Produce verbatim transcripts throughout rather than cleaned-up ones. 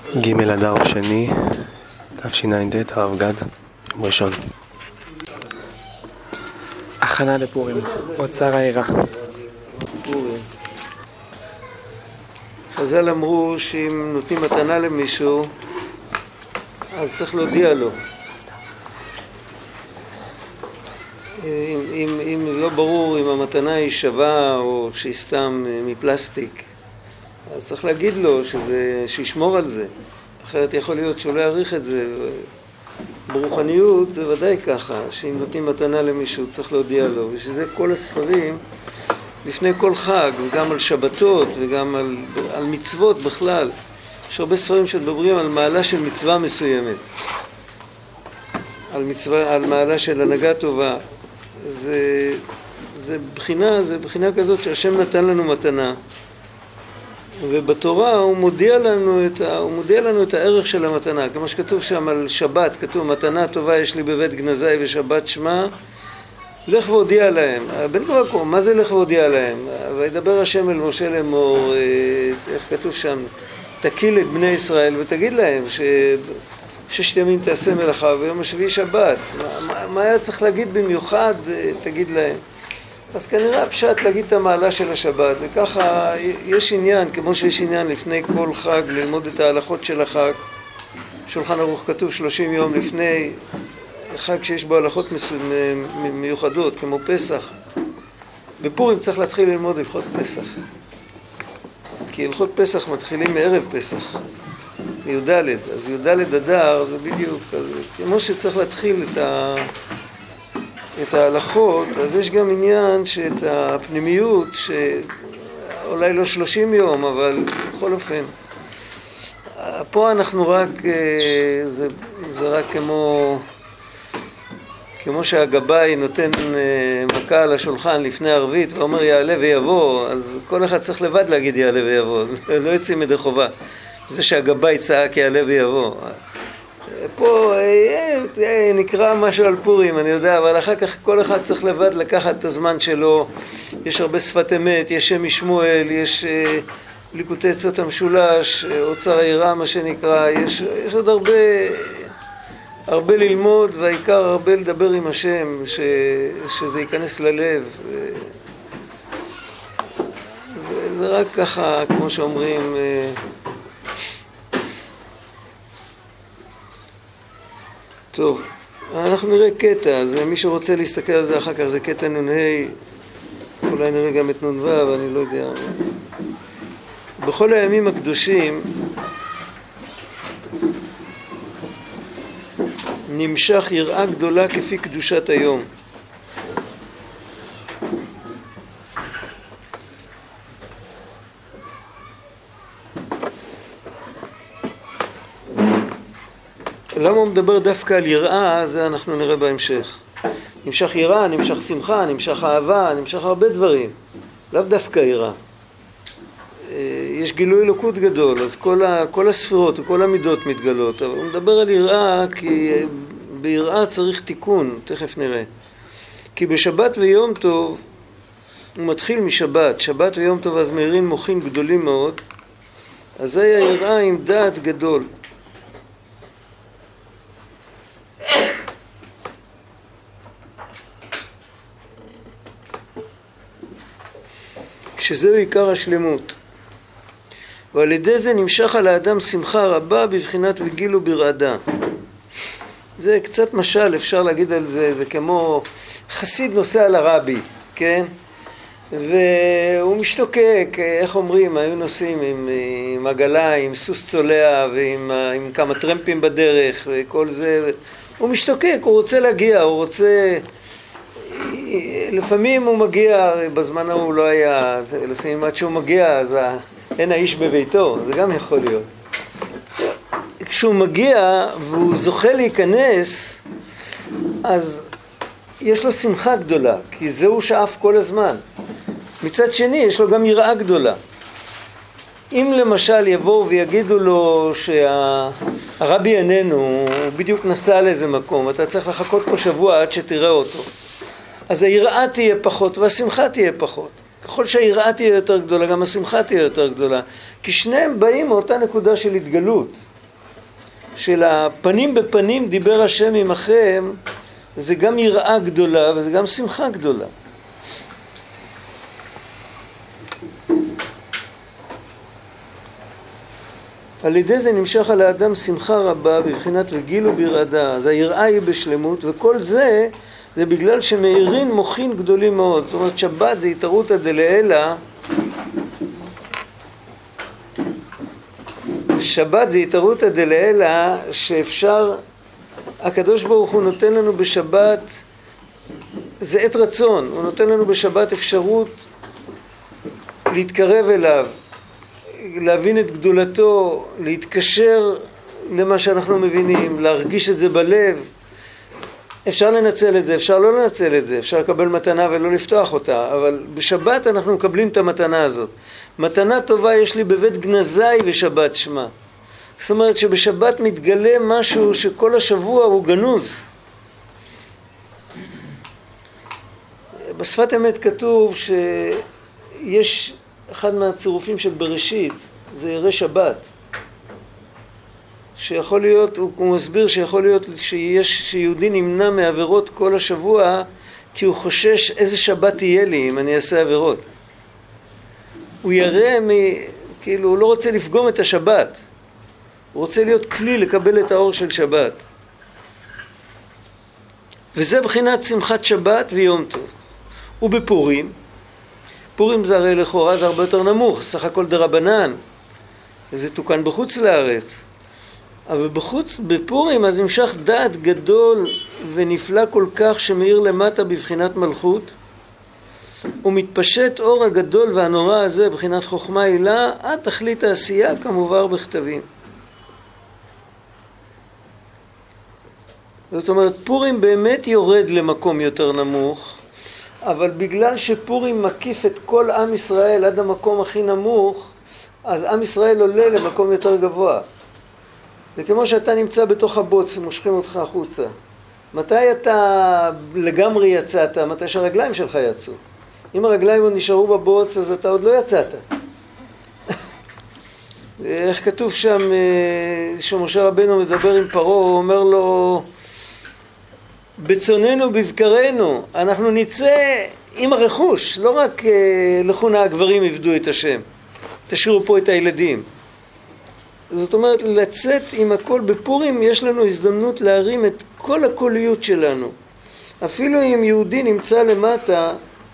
ג' אדר שני, תשע"ד, הרב גד, יום ראשון. הכנה לפורים, אוצר העירה. חז"ל אמרו שאם נותנים מתנה למישהו, אז צריך להודיע לו. אם, אם, אם לא ברור אם המתנה היא שווה או שהיא סתם מפלסטיק, אז צריך להגיד לו שזה, שישמור על זה. אחרת יכול להיות שהוא לא יעריך את זה. ברוחניות זה ודאי ככה, שאם נותנים מתנה למישהו צריך להודיע לו. ושזה כל הספרים, לפני כל חג, וגם על שבתות וגם על, על מצוות בכלל. יש הרבה ספרים שמדברים על מעלה של מצווה מסוימת. על, מצווה, על מעלה של הנהגה טובה. זה, זה בחינה, זה בחינה כזאת שהשם נתן לנו מתנה. ובתורה הוא מודיע לנו את ה, הוא מודיע לנו את הערך של המתנה. כמו שכתוב שם על שבת, כתוב מתנה טובה יש לי בבית גנזי ושבת שמה, לך והודיע להם. בן כבר, מה זה לך והודיע להם? וידבר השם אל משה לאמור, איך כתוב שם, תקיל את בני ישראל ותגיד להם שששת ימים תעשה מלאכה ויום השביעי שבת. מה, מה, מה היה צריך להגיד במיוחד, תגיד להם. אז כנראה הפשט להגיד את המעלה של השבת, וככה יש עניין, כמו שיש עניין לפני כל חג ללמוד את ההלכות של החג. שולחן ערוך כתוב שלושים יום לפני חג שיש בו הלכות מיוחדות, כמו פסח. בפורים צריך להתחיל ללמוד הלכות פסח. כי הלכות פסח מתחילים מערב פסח, מי"ד. אז י"ד אדר זה בדיוק כזה. כמו שצריך להתחיל את ה... את ההלכות, אז יש גם עניין שאת הפנימיות, שאולי לא שלושים יום, אבל בכל אופן, פה אנחנו רק, זה, זה רק כמו, כמו שהגבאי נותן מכה על השולחן לפני ערבית ואומר יעלה ויבוא, אז כל אחד צריך לבד להגיד יעלה ויבוא, לא יוצאים מדי חובה. זה שהגבאי צעק יעלה ויבוא. פה נקרא משהו על פורים, אני יודע, אבל אחר כך כל אחד צריך לבד לקחת את הזמן שלו. יש הרבה שפת אמת, יש שם משמואל, יש ליקוטי עצות המשולש, אוצר העירה מה שנקרא, יש, יש עוד הרבה, הרבה ללמוד, והעיקר הרבה לדבר עם השם, ש, שזה ייכנס ללב. זה, זה רק ככה, כמו שאומרים, טוב, אנחנו נראה קטע, אז מי שרוצה להסתכל על זה אחר כך, זה קטע נ"ה, אולי נראה גם את נ"ו, אבל אני לא יודע. בכל הימים הקדושים נמשך יראה גדולה כפי קדושת היום. למה הוא מדבר דווקא על יראה? זה אנחנו נראה בהמשך. נמשך יראה, נמשך שמחה, נמשך אהבה, נמשך הרבה דברים. לאו דווקא יראה. יש גילוי אלוקות גדול, אז כל, ה, כל הספירות וכל המידות מתגלות. אבל הוא מדבר על יראה כי ביראה צריך תיקון, תכף נראה. כי בשבת ויום טוב, הוא מתחיל משבת. שבת ויום טוב אז מאירים מוחין גדולים מאוד. אז זה היה יראה עם דעת גדול. שזהו עיקר השלמות. ועל ידי זה נמשך על האדם שמחה רבה בבחינת וגילו ברעדה. זה קצת משל, אפשר להגיד על זה, זה כמו חסיד נוסע לרבי, כן? והוא משתוקק, איך אומרים, היו נוסעים עם, עם עגלה, עם סוס צולע ועם עם כמה טרמפים בדרך וכל זה. הוא משתוקק, הוא רוצה להגיע, הוא רוצה... לפעמים הוא מגיע, בזמן הוא לא היה, לפעמים עד שהוא מגיע, אז אין האיש בביתו, זה גם יכול להיות. כשהוא מגיע והוא זוכה להיכנס, אז יש לו שמחה גדולה, כי זהו שאף כל הזמן. מצד שני, יש לו גם יראה גדולה. אם למשל יבואו ויגידו לו שהרבי איננו, הוא בדיוק נסע לאיזה מקום, אתה צריך לחכות פה שבוע עד שתראה אותו. אז היראה תהיה פחות והשמחה תהיה פחות. ככל שהיראה תהיה יותר גדולה, גם השמחה תהיה יותר גדולה. כי שניהם באים מאותה נקודה של התגלות. של הפנים בפנים דיבר השם עמכם, זה גם יראה גדולה וזה גם שמחה גדולה. על ידי זה נמשך על האדם שמחה רבה בבחינת וגילו ברעדה. אז היראה היא בשלמות, וכל זה זה בגלל שמאירין מוחין גדולים מאוד. זאת אומרת, שבת זה התערותא דלעילא. שבת זה התערותא דלעילא, שאפשר, הקדוש ברוך הוא נותן לנו בשבת, זה עת רצון, הוא נותן לנו בשבת אפשרות להתקרב אליו, להבין את גדולתו, להתקשר למה שאנחנו מבינים, להרגיש את זה בלב. אפשר לנצל את זה, אפשר לא לנצל את זה, אפשר לקבל מתנה ולא לפתוח אותה, אבל בשבת אנחנו מקבלים את המתנה הזאת. מתנה טובה יש לי בבית גנזי ושבת שמה. זאת אומרת שבשבת מתגלה משהו שכל השבוע הוא גנוז. בשפת אמת כתוב שיש אחד מהצירופים של בראשית, זה ירא שבת. שיכול להיות, הוא, הוא מסביר שיכול להיות שיש, שיהודי נמנע מעבירות כל השבוע, כי הוא חושש איזה שבת תהיה לי אם אני אעשה עבירות. הוא ירא, מ, כאילו הוא לא רוצה לפגום את השבת. הוא רוצה להיות כלי לקבל את האור של שבת. וזה בחינת שמחת שבת ויום טוב. ובפורים, פורים זה הרי לכאורה זה הרבה יותר נמוך, סך הכל דרבנן, וזה תוקן בחוץ לארץ. אבל בחוץ, בפורים, אז נמשך דעת גדול ונפלא כל כך שמאיר למטה בבחינת מלכות, ומתפשט אור הגדול והנורא הזה בבחינת חוכמה עילה, עד תכלית העשייה כמובן בכתבים. זאת אומרת, פורים באמת יורד למקום יותר נמוך, אבל בגלל שפורים מקיף את כל עם ישראל עד המקום הכי נמוך, אז עם ישראל עולה למקום יותר גבוה. וכמו שאתה נמצא בתוך הבוץ, מושכים אותך החוצה. מתי אתה לגמרי יצאת? מתי שהרגליים שלך יצאו? אם הרגליים עוד נשארו בבוץ, אז אתה עוד לא יצאת. איך כתוב שם, שמשה רבנו מדבר עם פרעה, הוא אומר לו, בצוננו בבקרנו, אנחנו נצא עם הרכוש, לא רק לכונה הגברים יבדו את השם, תשאירו פה את הילדים. זאת אומרת, לצאת עם הכל. בפורים יש לנו הזדמנות להרים את כל הקוליות שלנו. אפילו אם יהודי נמצא למטה,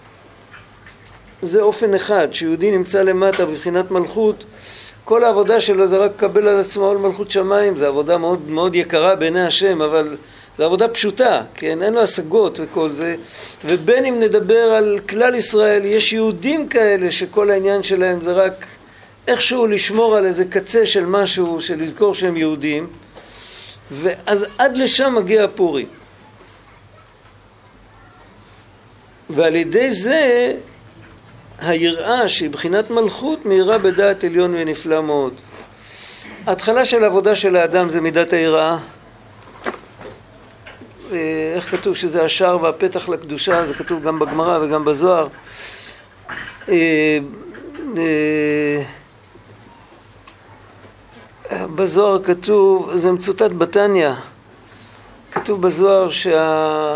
זה אופן אחד, שיהודי נמצא למטה בבחינת מלכות, כל העבודה שלו זה רק קבל על עצמו על מלכות שמיים, זו עבודה מאוד, מאוד יקרה בעיני השם, אבל זו עבודה פשוטה, כן? אין לו השגות וכל זה. ובין אם נדבר על כלל ישראל, יש יהודים כאלה שכל העניין שלהם זה רק איכשהו לשמור על איזה קצה של משהו, של לזכור שהם יהודים, ואז עד לשם מגיע הפורים. ועל ידי זה היראה שהיא בחינת מלכות מהירה בדעת עליון ונפלא מאוד. ההתחלה של העבודה של האדם זה מידת היראה. איך כתוב שזה השער והפתח לקדושה, זה כתוב גם בגמרא וגם בזוהר. בזוהר כתוב, זה מצוטט בתניא, כתוב בזוהר שה...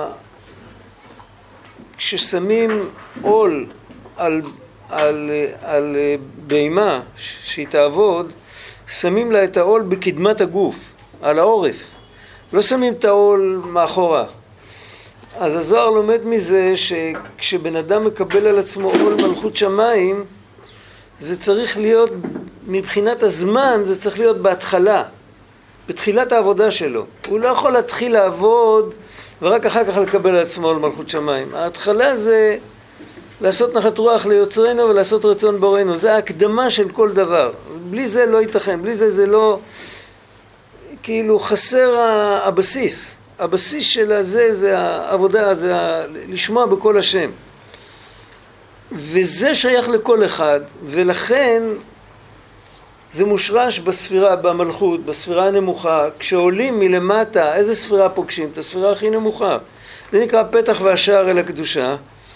כששמים עול על, על, על בהמה שהיא תעבוד, שמים לה את העול בקדמת הגוף, על העורף. לא שמים את העול מאחורה. אז הזוהר לומד מזה שכשבן אדם מקבל על עצמו עול מלכות שמיים, זה צריך להיות, מבחינת הזמן, זה צריך להיות בהתחלה, בתחילת העבודה שלו. הוא לא יכול להתחיל לעבוד ורק אחר כך לקבל על עצמו על מלכות שמיים. ההתחלה זה לעשות נחת רוח ליוצרנו ולעשות רצון בורנו. זה ההקדמה של כל דבר. בלי זה לא ייתכן, בלי זה זה לא, כאילו חסר הבסיס. הבסיס של הזה זה העבודה, זה לשמוע בכל השם. וזה שייך לכל אחד, ולכן זה מושרש בספירה, במלכות, בספירה הנמוכה. כשעולים מלמטה, איזה ספירה פוגשים? את הספירה הכי נמוכה. זה נקרא פתח והשער אל הקדושה.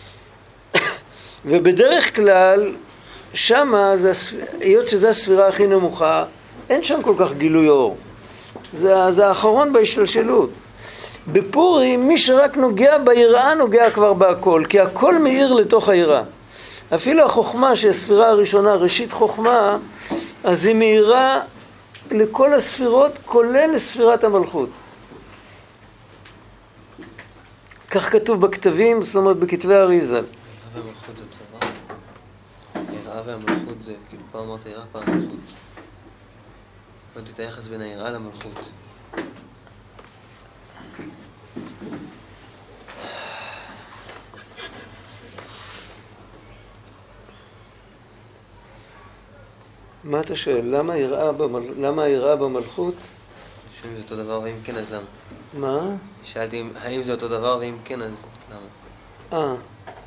ובדרך כלל, שמה, היות שזו הספירה הכי נמוכה, אין שם כל כך גילוי אור. זה, זה האחרון בהשתלשלות. בפורים מי שרק נוגע ביראה נוגע כבר בהכל, כי הכל מאיר לתוך היראה. אפילו החוכמה שהספירה הראשונה, ראשית חוכמה, אז היא מאירה לכל הספירות, כולל לספירת המלכות. כך כתוב בכתבים, זאת אומרת בכתבי האריז"ל. יראה והמלכות זה דבר? יראה והמלכות זה, כאילו פעם אמרת יראה, פעם מלכות. הבנתי את היחס בין היראה למלכות. מה אתה שואל? למה היראה במל... למה היראה במלכות? שאם זה אותו דבר, ואם כן, אז למה? מה? שאלתי האם זה אותו דבר, ואם כן, אז למה? אה.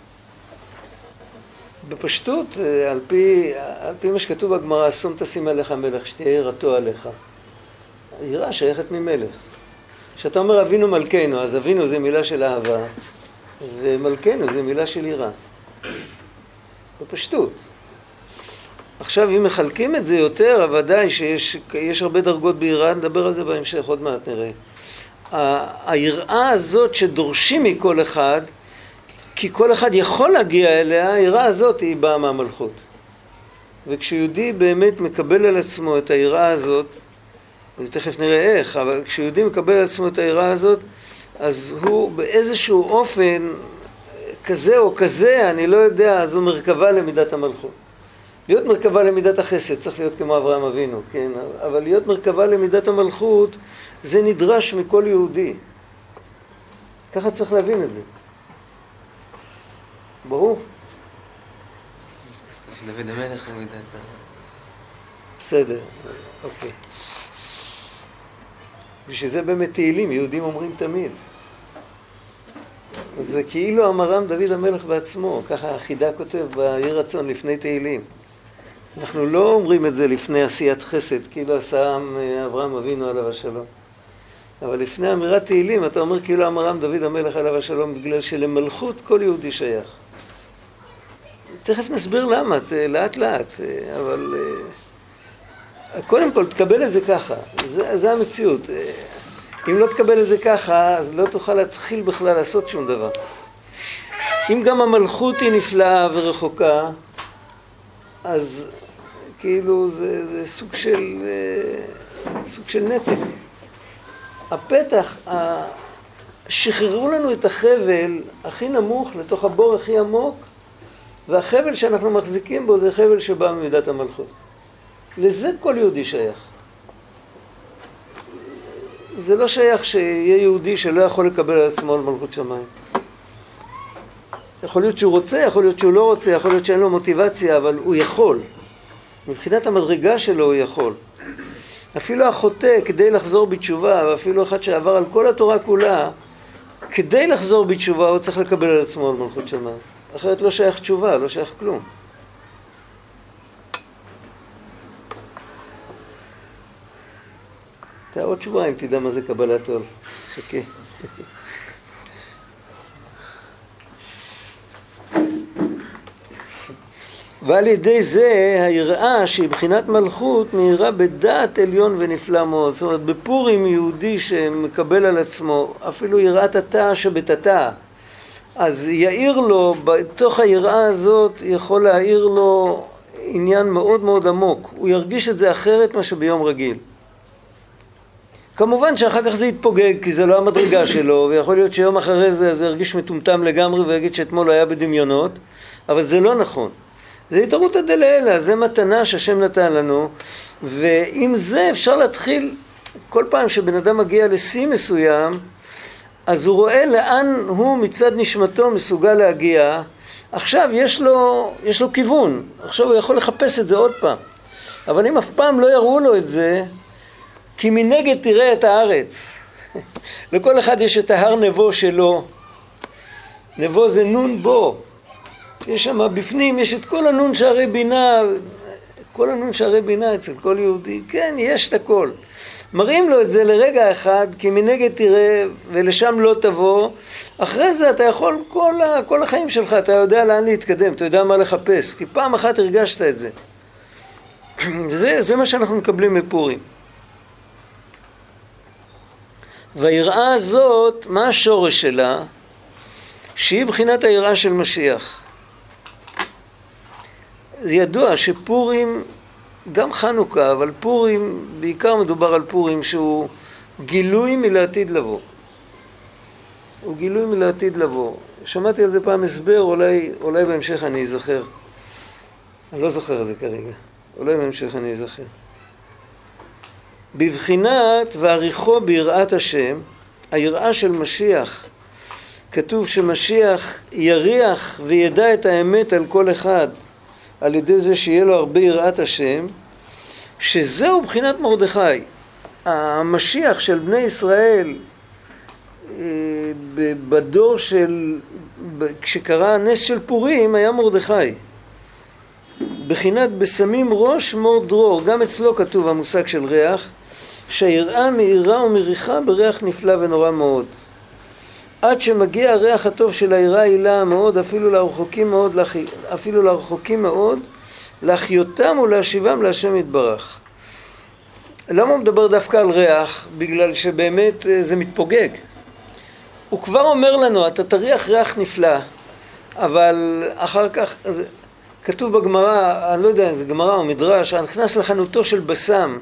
בפשטות, על פי, על פי מה שכתוב בגמרא, שום תשים עליך מלך, שתהיה יראתו עליך. היראה שייכת ממלך. כשאתה אומר אבינו מלכנו, אז אבינו זה מילה של אהבה, ומלכנו זה מילה של יראה. בפשטות. עכשיו, אם מחלקים את זה יותר, ודאי שיש יש הרבה דרגות ביראה, נדבר על זה בהמשך, עוד מעט נראה. היראה הזאת שדורשים מכל אחד, כי כל אחד יכול להגיע אליה, היראה הזאת היא באה מהמלכות. וכשיהודי באמת מקבל על עצמו את היראה הזאת, ותכף נראה איך, אבל כשיהודי מקבל על עצמו את היראה הזאת, אז הוא באיזשהו אופן, כזה או כזה, אני לא יודע, אז הוא מרכבה למידת המלכות. להיות מרכבה למידת החסד, צריך להיות כמו אברהם אבינו, כן? אבל להיות מרכבה למידת המלכות, זה נדרש מכל יהודי. ככה צריך להבין את זה. ברור? שדוד המלך הוא מידת ה... בסדר, אוקיי. ושזה באמת תהילים, יהודים אומרים תמיד. זה כאילו אמרם דוד המלך בעצמו, ככה החידה כותב ביהי רצון לפני תהילים. אנחנו לא אומרים את זה לפני עשיית חסד, כאילו עשה אברהם אבינו עליו השלום. אבל לפני אמירת תהילים אתה אומר כאילו אמרם דוד המלך עליו השלום, בגלל שלמלכות כל יהודי שייך. תכף נסביר למה, לאט לאט, אבל קודם כל תקבל את זה ככה, זה, זה המציאות. אם לא תקבל את זה ככה, אז לא תוכל להתחיל בכלל לעשות שום דבר. אם גם המלכות היא נפלאה ורחוקה, אז כאילו זה, זה סוג של, סוג של נתק. הפתח, שחררו לנו את החבל הכי נמוך לתוך הבור הכי עמוק, והחבל שאנחנו מחזיקים בו זה חבל שבא ממידת המלכות. לזה כל יהודי שייך. זה לא שייך שיהיה יהודי שלא יכול לקבל על עצמו על מלכות שמיים. יכול להיות שהוא רוצה, יכול להיות שהוא לא רוצה, יכול להיות שאין לו מוטיבציה, אבל הוא יכול. מבחינת המדרגה שלו הוא יכול. אפילו החוטא כדי לחזור בתשובה, ואפילו אחד שעבר על כל התורה כולה, כדי לחזור בתשובה הוא צריך לקבל על עצמו על מלכות שמיים. אחרת לא שייך תשובה, לא שייך כלום. אתה עוד שבועיים תדע מה זה קבלת עול. חכה. ועל ידי זה היראה שהיא בחינת מלכות נראה בדעת עליון ונפלא מאוד. זאת אומרת, בפורים יהודי שמקבל על עצמו אפילו יראת התא שבתתא, אז יאיר לו, בתוך היראה הזאת יכול להאיר לו עניין מאוד מאוד עמוק. הוא ירגיש את זה אחרת מה שביום רגיל. כמובן שאחר כך זה יתפוגג, כי זה לא המדרגה שלו, ויכול להיות שיום אחרי זה זה ירגיש מטומטם לגמרי ויגיד שאתמול היה בדמיונות, אבל זה לא נכון. זה התערותא דלעילא, זה מתנה שהשם נתן לנו, ועם זה אפשר להתחיל, כל פעם שבן אדם מגיע לשיא מסוים, אז הוא רואה לאן הוא מצד נשמתו מסוגל להגיע. עכשיו יש לו, יש לו כיוון, עכשיו הוא יכול לחפש את זה עוד פעם. אבל אם אף פעם לא יראו לו את זה, כי מנגד תראה את הארץ. לכל אחד יש את ההר נבו שלו. נבו זה נון בו. יש שם בפנים, יש את כל הנון שערי בינה, כל הנון שערי בינה אצל כל יהודי. כן, יש את הכל. מראים לו את זה לרגע אחד, כי מנגד תראה ולשם לא תבוא. אחרי זה אתה יכול, כל, כל החיים שלך, אתה יודע לאן להתקדם, אתה יודע מה לחפש. כי פעם אחת הרגשת את זה. וזה זה מה שאנחנו מקבלים מפורים. והיראה הזאת, מה השורש שלה? שהיא בחינת היראה של משיח. זה ידוע שפורים, גם חנוכה, אבל פורים, בעיקר מדובר על פורים שהוא גילוי מלעתיד לבוא. הוא גילוי מלעתיד לבוא. שמעתי על זה פעם הסבר, אולי, אולי בהמשך אני אזכר. אני לא זוכר את זה כרגע. אולי בהמשך אני אזכר. בבחינת ועריכו ביראת השם, היראה של משיח, כתוב שמשיח יריח וידע את האמת על כל אחד, על ידי זה שיהיה לו הרבה יראת השם, שזהו בחינת מרדכי. המשיח של בני ישראל, בדור של, כשקרה הנס של פורים, היה מרדכי. בחינת בשמים ראש מור דרור, גם אצלו כתוב המושג של ריח, שהיראה מאירה ומריחה בריח נפלא ונורא מאוד. עד שמגיע הריח הטוב של היראה הילה מאוד, אפילו לרחוקים מאוד, אפילו לרחוקים מאוד, להחיותם ולהשיבם להשם יתברך. למה הוא מדבר דווקא על ריח? בגלל שבאמת זה מתפוגג. הוא כבר אומר לנו, אתה תריח ריח נפלא, אבל אחר כך, כתוב בגמרא, אני לא יודע אם זה גמרא או מדרש, נכנס לחנותו של בסם,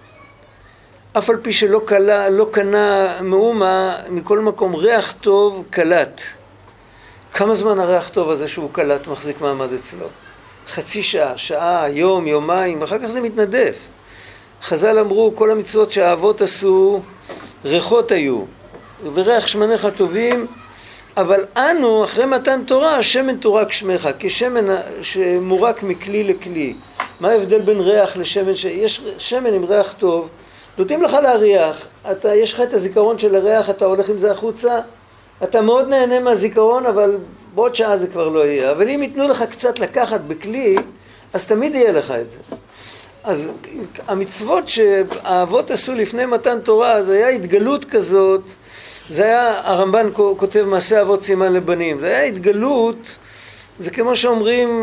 אף על פי שלא קלה, לא קנה מאומה, מכל מקום ריח טוב קלט. כמה זמן הריח טוב הזה שהוא קלט מחזיק מעמד אצלו? חצי שעה, שעה, יום, יומיים, אחר כך זה מתנדף. חז"ל אמרו, כל המצוות שהאבות עשו, ריחות היו, וריח שמניך טובים, אבל אנו, אחרי מתן תורה, שמן תורק שמך, כשמן שמורק מכלי לכלי. מה ההבדל בין ריח לשמן? יש שמן עם ריח טוב, נותנים לך להריח, אתה, יש לך את הזיכרון של הריח, אתה הולך עם זה החוצה, אתה מאוד נהנה מהזיכרון, אבל בעוד שעה זה כבר לא יהיה. אבל אם ייתנו לך קצת לקחת בכלי, אז תמיד יהיה לך את זה. אז המצוות שהאבות עשו לפני מתן תורה, זה היה התגלות כזאת, זה היה, הרמב"ן כותב מעשה אבות סימן לבנים, זה היה התגלות, זה כמו שאומרים,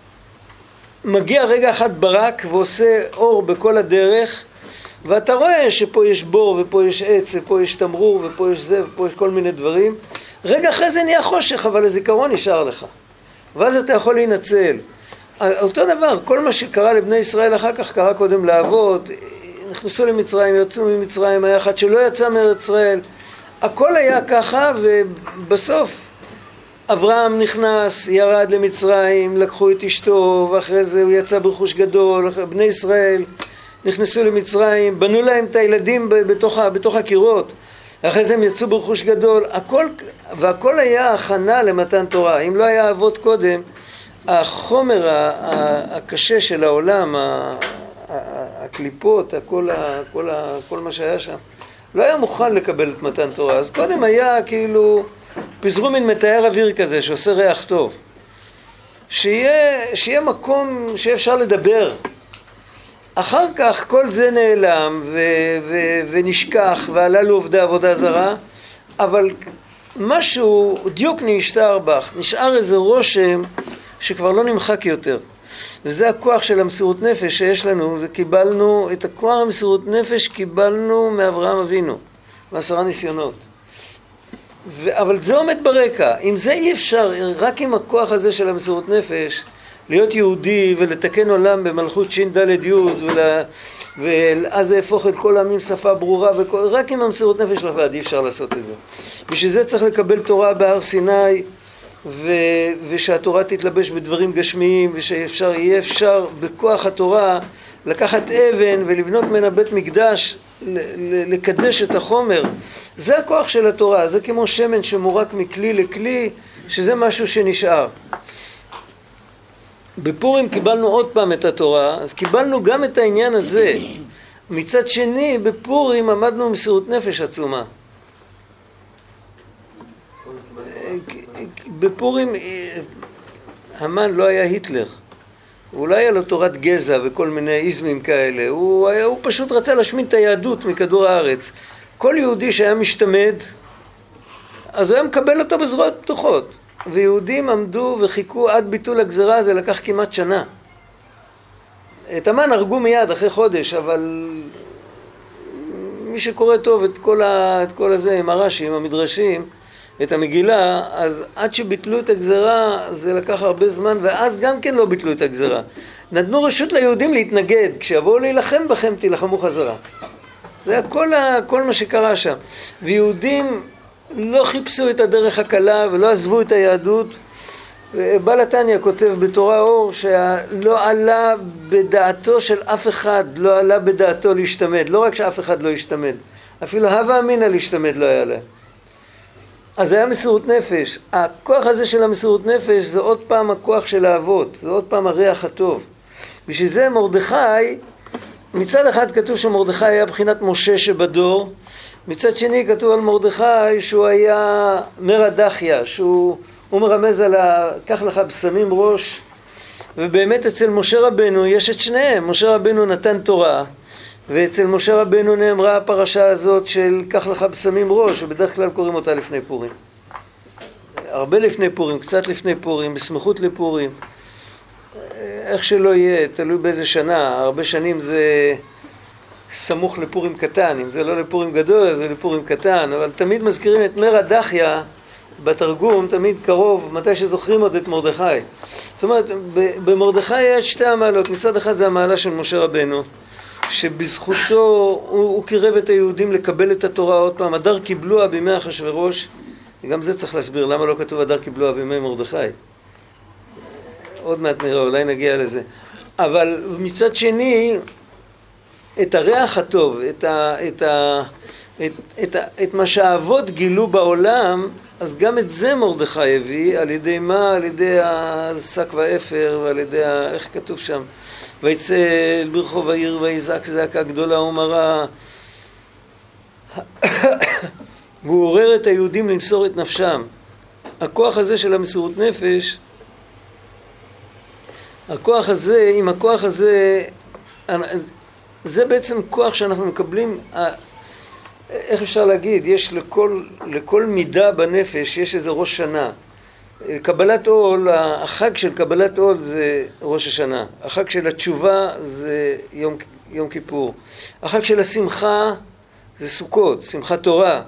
מגיע רגע אחד ברק ועושה אור בכל הדרך, ואתה רואה שפה יש בור ופה יש עץ ופה יש תמרור ופה יש זה ופה יש כל מיני דברים. רגע אחרי זה נהיה חושך, אבל הזיכרון נשאר לך. ואז אתה יכול להינצל. אותו דבר, כל מה שקרה לבני ישראל אחר כך קרה קודם לאבות, נכנסו למצרים, יצאו ממצרים, היה אחד שלא יצא מארץ ישראל. הכל היה ככה, ובסוף אברהם נכנס, ירד למצרים, לקחו את אשתו, ואחרי זה הוא יצא ברכוש גדול, בני ישראל נכנסו למצרים, בנו להם את הילדים בתוך, בתוך הקירות, אחרי זה הם יצאו ברכוש גדול, הכל, והכל היה הכנה למתן תורה. אם לא היה אבות קודם, החומר הקשה של העולם, הקליפות, הכל, הכל, הכל מה שהיה שם, לא היה מוכן לקבל את מתן תורה. אז קודם היה כאילו, פיזרו מין מתאר אוויר כזה שעושה ריח טוב, שיהיה, שיהיה מקום שאפשר לדבר. אחר כך כל זה נעלם ו- ו- ונשכח ועלה לו עובדי עבודה זרה, אבל משהו, דיוק נשתרבח, נשאר איזה רושם שכבר לא נמחק יותר. וזה הכוח של המסירות נפש שיש לנו, וקיבלנו את הכוח המסירות נפש, קיבלנו מאברהם אבינו, מעשרה ניסיונות. ו- אבל זה עומד ברקע. אם זה אי אפשר, רק עם הכוח הזה של המסירות נפש, להיות יהודי ולתקן עולם במלכות שין דלת יוד, ולה... ואז זה הפוך את כל העמים שפה ברורה, וכל... רק עם המסירות נפש לבד אי אפשר לעשות את זה. בשביל זה צריך לקבל תורה בהר סיני, ו... ושהתורה תתלבש בדברים גשמיים, ושאפשר, יהיה אפשר בכוח התורה לקחת אבן ולבנות ממנה בית מקדש, ל... ל... לקדש את החומר. זה הכוח של התורה, זה כמו שמן שמורק מכלי לכלי, שזה משהו שנשאר. בפורים קיבלנו עוד פעם את התורה, אז קיבלנו גם את העניין הזה. מצד שני, בפורים עמדנו מסירות נפש עצומה. בפורים, המן לא היה היטלר. הוא לא היה לו תורת גזע וכל מיני איזמים כאלה. הוא, היה, הוא פשוט רצה להשמיד את היהדות מכדור הארץ. כל יהודי שהיה משתמד, אז הוא היה מקבל אותו בזרועות פתוחות. ויהודים עמדו וחיכו עד ביטול הגזרה, זה לקח כמעט שנה. את המן הרגו מיד אחרי חודש, אבל מי שקורא טוב את כל, ה, את כל הזה עם הרש"י, עם המדרשים, את המגילה, אז עד שביטלו את הגזרה זה לקח הרבה זמן, ואז גם כן לא ביטלו את הגזרה. נתנו רשות ליהודים להתנגד, כשיבואו להילחם בכם תילחמו חזרה. זה היה כל, ה, כל מה שקרה שם. ויהודים לא חיפשו את הדרך הקלה ולא עזבו את היהדות. בעל התניא כותב בתורה אור שלא עלה בדעתו של אף אחד, לא עלה בדעתו להשתמד. לא רק שאף אחד לא השתמד, אפילו הווה אמינא להשתמד לא היה להם. אז זה היה מסירות נפש. הכוח הזה של המסירות נפש זה עוד פעם הכוח של האבות, זה עוד פעם הריח הטוב. בשביל זה מרדכי, מצד אחד כתוב שמרדכי היה בחינת משה שבדור, מצד שני כתוב על מרדכי שהוא היה מרדכיה, שהוא הוא מרמז על ה... קח לך בשמים ראש, ובאמת אצל משה רבנו יש את שניהם. משה רבנו נתן תורה, ואצל משה רבנו נאמרה הפרשה הזאת של קח לך בשמים ראש, ובדרך כלל קוראים אותה לפני פורים. הרבה לפני פורים, קצת לפני פורים, בסמיכות לפורים. איך שלא יהיה, תלוי באיזה שנה. הרבה שנים זה סמוך לפורים קטן, אם זה לא לפורים גדול, זה לפורים קטן, אבל תמיד מזכירים את מרדכיה, בתרגום תמיד קרוב, מתי שזוכרים עוד את מרדכי. זאת אומרת, במרדכי יש שתי המעלות. מצד אחד זה המעלה של משה רבנו, שבזכותו הוא, הוא קירב את היהודים לקבל את התורה עוד פעם. הדר קיבלוה בימי אחשוורוש, וגם זה צריך להסביר למה לא כתוב הדר קיבלוה בימי מרדכי. עוד מעט נראה, אולי נגיע לזה. אבל מצד שני, את הריח הטוב, את, ה, את, ה, את, את, ה, את מה שהאבות גילו בעולם, אז גם את זה מרדכי הביא, על ידי מה? על ידי השק והאפר, ועל ידי, ה... איך כתוב שם? ויצא אל ברחוב העיר ויזעק זעקה גדולה ומרה. והוא עורר את היהודים למסור את נפשם. הכוח הזה של המסירות נפש, הכוח הזה, עם הכוח הזה, זה בעצם כוח שאנחנו מקבלים, איך אפשר להגיד, יש לכל, לכל מידה בנפש, יש איזה ראש שנה. קבלת עול, החג של קבלת עול זה ראש השנה. החג של התשובה זה יום, יום כיפור. החג של השמחה זה סוכות, שמחת תורה.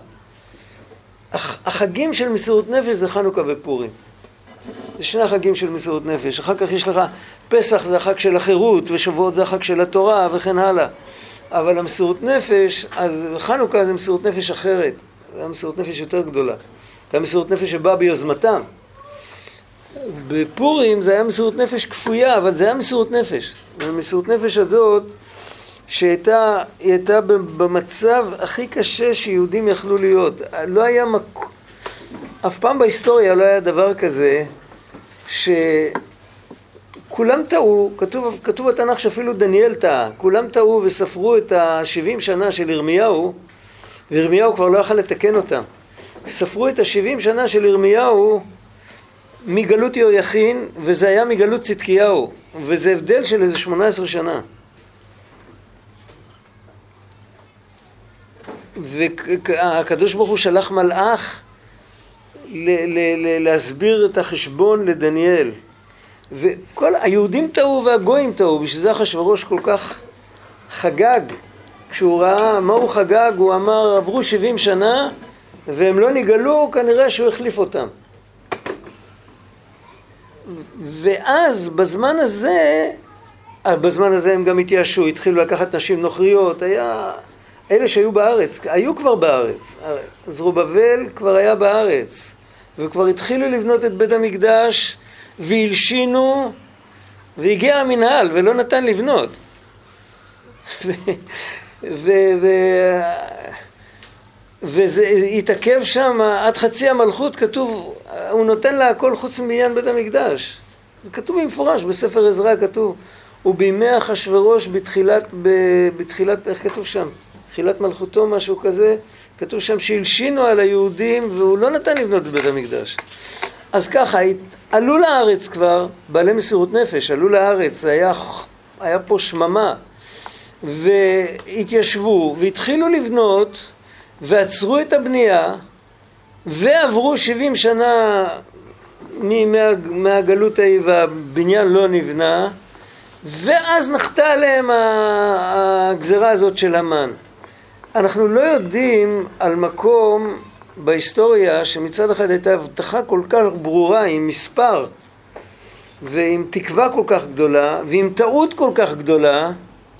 החגים של מסירות נפש זה חנוכה ופורים. זה שני החגים של מסירות נפש. אחר כך יש לך פסח זה החג של החירות, ושבועות זה החג של התורה וכן הלאה. אבל המסירות נפש, אז חנוכה זה מסירות נפש אחרת. זה מסירות נפש יותר גדולה. זה מסירות נפש שבאה ביוזמתם. בפורים זה היה מסירות נפש כפויה, אבל זה היה מסירות נפש. המסירות נפש הזאת, שהייתה הייתה במצב הכי קשה שיהודים יכלו להיות. לא היה מקום, אף פעם בהיסטוריה לא היה דבר כזה, שכולם טעו, כתוב, כתוב בתנ"ך שאפילו דניאל טעה, כולם טעו וספרו את ה-שבעים שנה של ירמיהו, וירמיהו כבר לא יכל לתקן אותם. ספרו את ה-שבעים שנה של ירמיהו מגלות יהויכין, וזה היה מגלות צדקיהו, וזה הבדל של איזה שמונה עשרה שנה. והקדוש ברוך הוא שלח מלאך ל- ל- ל- להסביר את החשבון לדניאל. וכל היהודים טעו והגויים טעו, בשביל זה אחשוורוש כל כך חגג. כשהוא ראה מה הוא חגג, הוא אמר עברו שבעים שנה והם לא נגלו, כנראה שהוא החליף אותם. ואז בזמן הזה, בזמן הזה הם גם התייאשו, התחילו לקחת נשים נוכריות, היה... אלה שהיו בארץ, היו כבר בארץ. זרובבל כבר היה בארץ, וכבר התחילו לבנות את בית המקדש, והלשינו, והגיע המנהל, ולא נתן לבנות. ו... ו... ו... וזה התעכב שם עד חצי המלכות, כתוב, הוא נותן לה הכל חוץ מבניין בית המקדש. כתוב במפורש, בספר עזרא כתוב, ובימי אחשוורוש בתחילת, בתחילת, איך כתוב שם? תחילת מלכותו, משהו כזה, כתוב שם שהלשינו על היהודים והוא לא נתן לבנות בבית המקדש. אז ככה, עלו לארץ כבר, בעלי מסירות נפש, עלו לארץ, היה, היה פה שממה, והתיישבו, והתחילו לבנות, ועצרו את הבנייה, ועברו שבעים שנה מה, מהגלות ההיא, והבניין לא נבנה, ואז נחתה עליהם הגזרה הזאת של המן. אנחנו לא יודעים על מקום בהיסטוריה שמצד אחד הייתה הבטחה כל כך ברורה עם מספר ועם תקווה כל כך גדולה ועם טעות כל כך גדולה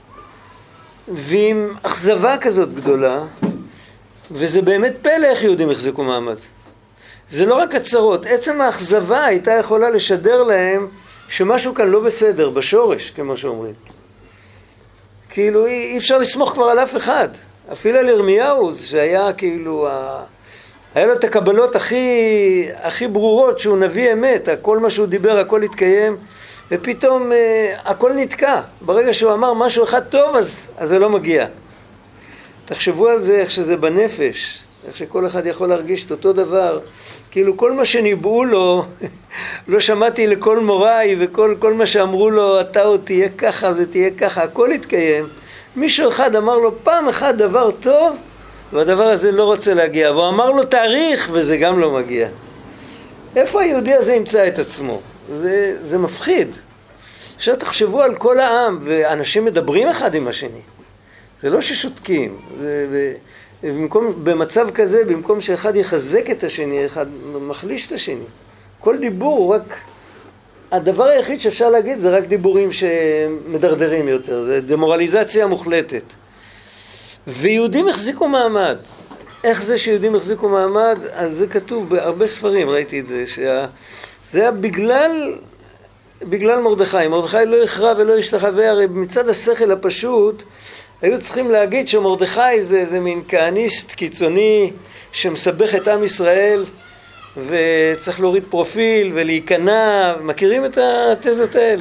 ועם אכזבה כזאת גדולה, וזה באמת פלא איך יהודים החזיקו מעמד. זה לא רק הצרות, עצם האכזבה הייתה יכולה לשדר להם שמשהו כאן לא בסדר, בשורש, כמו שאומרים. כאילו אי אפשר לסמוך כבר על אף אחד. אפילו על ירמיהו, שהיה כאילו, ה... היה לו את הקבלות הכי, הכי ברורות שהוא נביא אמת, כל מה שהוא דיבר, הכל התקיים, ופתאום אה, הכל נתקע. ברגע שהוא אמר משהו אחד טוב, אז, אז זה לא מגיע. תחשבו על זה, איך שזה בנפש, איך שכל אחד יכול להרגיש את אותו דבר. כאילו כל מה שניבאו לו, לא שמעתי לכל מוריי, וכל כל מה שאמרו לו, אתה עוד תהיה ככה ותהיה ככה, הכל התקיים. מישהו אחד אמר לו פעם אחת דבר טוב, והדבר הזה לא רוצה להגיע. והוא אמר לו תאריך, וזה גם לא מגיע. איפה היהודי הזה ימצא את עצמו? זה, זה מפחיד. עכשיו תחשבו על כל העם, ואנשים מדברים אחד עם השני. זה לא ששותקים. זה, ו, במקום, במצב כזה, במקום שאחד יחזק את השני, אחד מחליש את השני. כל דיבור הוא רק... הדבר היחיד שאפשר להגיד זה רק דיבורים שמדרדרים יותר. זה דמורליזציה מוחלטת. ויהודים החזיקו מעמד. איך זה שיהודים החזיקו מעמד? אז זה כתוב בהרבה ספרים, ראיתי את זה. שה... זה היה בגלל, בגלל מרדכי. מרדכי לא הכרע ולא השתחווה, הרי מצד השכל הפשוט, היו צריכים להגיד שמרדכי זה, זה מין כהניסט קיצוני שמסבך את עם ישראל, וצריך להוריד פרופיל ולהיכנע. מכירים את התזות האלה?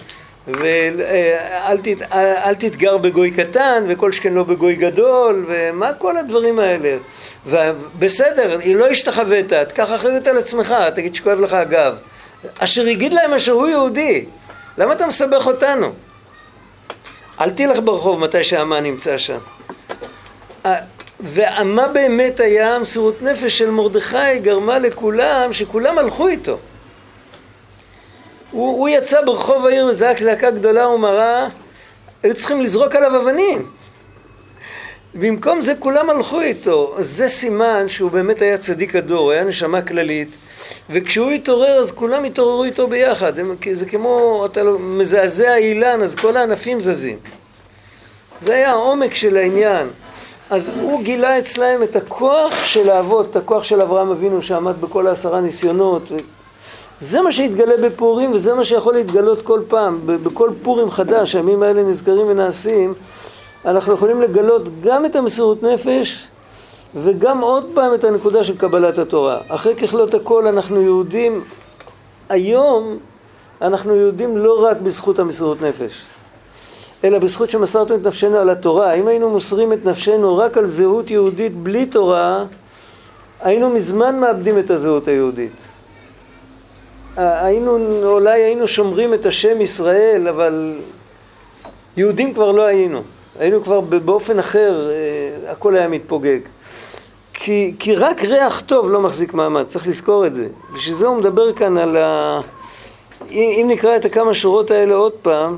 ואל תת, אל תתגר בגוי קטן וכל שכן לא בגוי גדול, ומה כל הדברים האלה. ובסדר, היא לא השתחווית, תקח אחריות על עצמך, תגיד שכואב לך הגב. אשר יגיד להם אשר הוא יהודי, למה אתה מסבך אותנו? אל תלך ברחוב מתי שהאמן נמצא שם. ומה באמת היה מסירות נפש של מרדכי גרמה לכולם, שכולם הלכו איתו. הוא, הוא יצא ברחוב העיר וזעק זעקה גדולה ומרה, היו צריכים לזרוק עליו אבנים. במקום זה כולם הלכו איתו. זה סימן שהוא באמת היה צדיק הדור, היה נשמה כללית, וכשהוא התעורר אז כולם התעוררו איתו ביחד. זה כמו, אתה מזעזע אילן, אז כל הענפים זזים. זה היה העומק של העניין. אז הוא גילה אצלהם את הכוח של האבות, את הכוח של אברהם אבינו שעמד בכל העשרה ניסיונות. זה מה שהתגלה בפורים, וזה מה שיכול להתגלות כל פעם. בכל פורים חדש, הימים האלה נזכרים ונעשים, אנחנו יכולים לגלות גם את המסירות נפש, וגם עוד פעם את הנקודה של קבלת התורה. אחרי ככלות הכל אנחנו יהודים, היום אנחנו יהודים לא רק בזכות המסירות נפש, אלא בזכות שמסרנו את נפשנו על התורה. אם היינו מוסרים את נפשנו רק על זהות יהודית בלי תורה, היינו מזמן מאבדים את הזהות היהודית. היינו, אולי היינו שומרים את השם ישראל, אבל יהודים כבר לא היינו. היינו כבר באופן אחר, הכל היה מתפוגג. כי, כי רק ריח טוב לא מחזיק מעמד, צריך לזכור את זה. בשביל זה הוא מדבר כאן על ה... אם, אם נקרא את הכמה שורות האלה עוד פעם,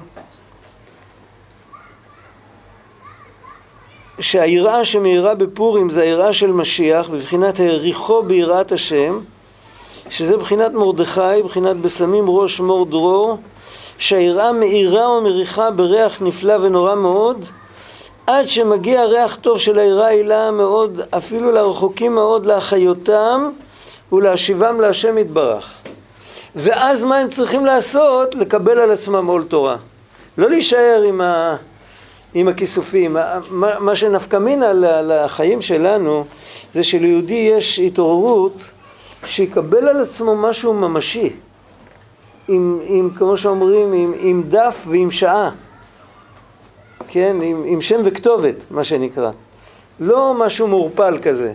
שהיראה שמאירה בפורים זה היראה של משיח, בבחינת העריכו ביראת השם, שזה בחינת מרדכי, בחינת בסמים ראש מור דרור, שהיראה מאירה ומריחה בריח נפלא ונורא מאוד, עד שמגיע ריח טוב של היראה הילה מאוד, אפילו לרחוקים מאוד להחיותם ולהשיבם להשם יתברך. ואז מה הם צריכים לעשות? לקבל על עצמם עול תורה. לא להישאר עם ה... עם הכיסופים. מה, מה שנפקא מינה לחיים שלנו, זה שליהודי יש התעוררות שיקבל על עצמו משהו ממשי, עם, עם, כמו שאומרים, עם, עם דף ועם שעה, כן? עם, עם שם וכתובת, מה שנקרא. לא משהו מעורפל כזה.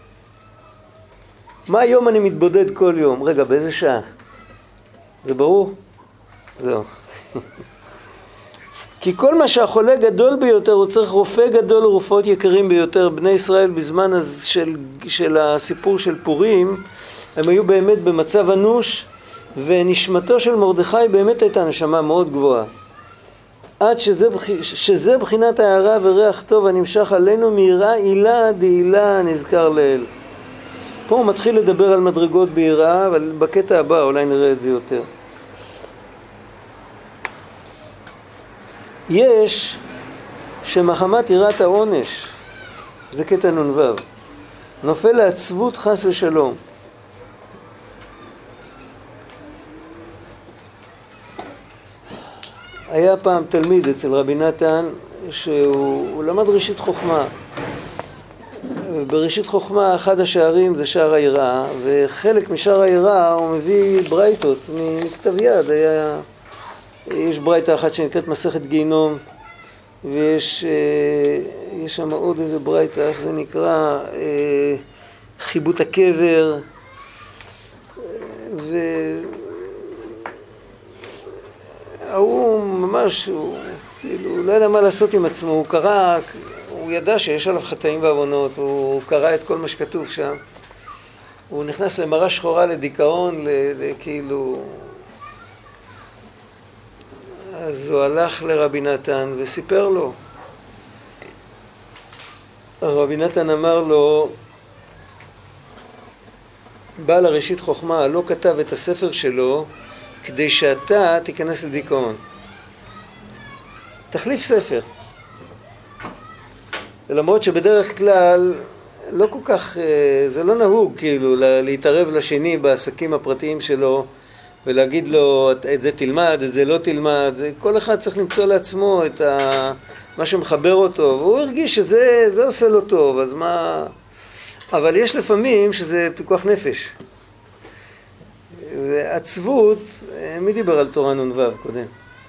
מה היום אני מתבודד כל יום? רגע, באיזה שעה? זה ברור? זהו. כי כל מה שהחולה גדול ביותר, הוא צריך רופא גדול ורופאות יקרים ביותר. בני ישראל בזמן הזה של, של הסיפור של פורים, הם היו באמת במצב אנוש, ונשמתו של מרדכי באמת הייתה נשמה מאוד גבוהה. עד שזה, שזה בחינת הערה וריח טוב הנמשך עלינו מיראה עילה דעילה נזכר לאל. פה הוא מתחיל לדבר על מדרגות ביראה, אבל בקטע הבא אולי נראה את זה יותר. יש שמחמת יראת העונש, זה קטע נ"ו, נופל לעצבות חס ושלום. היה פעם תלמיד אצל רבי נתן שהוא למד ראשית חוכמה. בראשית חוכמה אחד השערים זה שער היראה, וחלק משער היראה הוא מביא ברייתות מכתב יד. היה, יש ברייתה אחת שנקראת מסכת גיהינום, ויש יש שם עוד איזה ברייתה, איך זה נקרא, חיבוט הקבר, ו... הוא ממש, הוא כאילו, לא יודע מה לעשות עם עצמו, הוא קרא, הוא ידע שיש עליו חטאים ועוונות, הוא קרא את כל מה שכתוב שם, הוא נכנס למראה שחורה לדיכאון, כאילו, אז הוא הלך לרבי נתן וסיפר לו. רבי נתן אמר לו, בעל הראשית חוכמה לא כתב את הספר שלו כדי שאתה תיכנס לדיכאון. תחליף ספר. ולמרות שבדרך כלל לא כל כך, זה לא נהוג כאילו להתערב לשני בעסקים הפרטיים שלו ולהגיד לו את זה תלמד, את זה לא תלמד. כל אחד צריך למצוא לעצמו את ה... מה שמחבר אותו, והוא הרגיש שזה זה עושה לו טוב, אז מה... אבל יש לפעמים שזה פיקוח נפש. ועצבות, מי דיבר על תורה נ"ו קודם?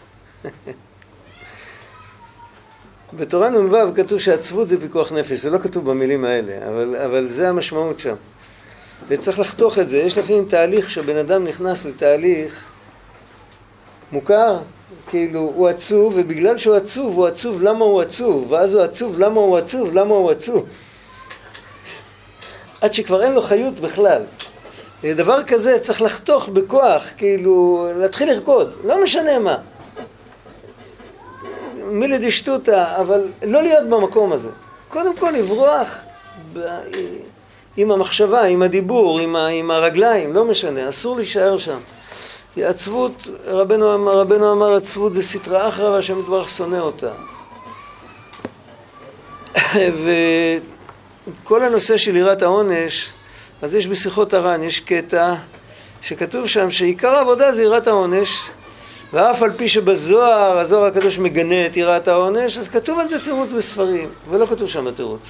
בתורה נ"ו כתוב שעצבות זה פיקוח נפש, זה לא כתוב במילים האלה, אבל, אבל זה המשמעות שם. וצריך לחתוך את זה. יש לפעמים תהליך שבן אדם נכנס לתהליך מוכר, כאילו הוא עצוב, ובגלל שהוא עצוב, הוא עצוב למה הוא עצוב, ואז הוא עצוב למה הוא עצוב, למה הוא עצוב. עד שכבר אין לו חיות בכלל. דבר כזה צריך לחתוך בכוח, כאילו להתחיל לרקוד, לא משנה מה. מילי דשטוטה, אבל לא להיות במקום הזה. קודם כל לברוח ב... עם המחשבה, עם הדיבור, עם, ה... עם הרגליים, לא משנה, אסור להישאר שם. עצבות, רבנו אמר, רבנו אמר עצבות זה סטרא אחרא והשם יתברך שונא אותה. וכל הנושא של יראת העונש, אז יש בשיחות הר"ן, יש קטע שכתוב שם שעיקר העבודה זה יראת העונש, ואף על פי שבזוהר, הזוהר הקדוש מגנה את יראת העונש, אז כתוב על זה תירוץ בספרים, ולא כתוב שם התירוץ.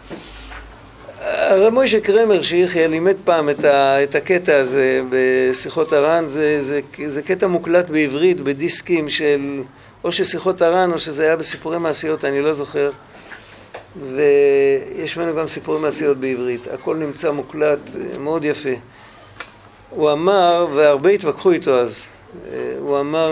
הרב מוישה קרמר שיחיה לימד פעם את, ה, את הקטע הזה בשיחות הר"ן, זה, זה, זה קטע מוקלט בעברית, בדיסקים של, או ששיחות הר"ן, או שזה היה בסיפורי מעשיות, אני לא זוכר. ויש ממנו גם סיפורי מעשיות בעברית, הכל נמצא מוקלט, מאוד יפה. הוא אמר, והרבה התווכחו איתו אז, הוא אמר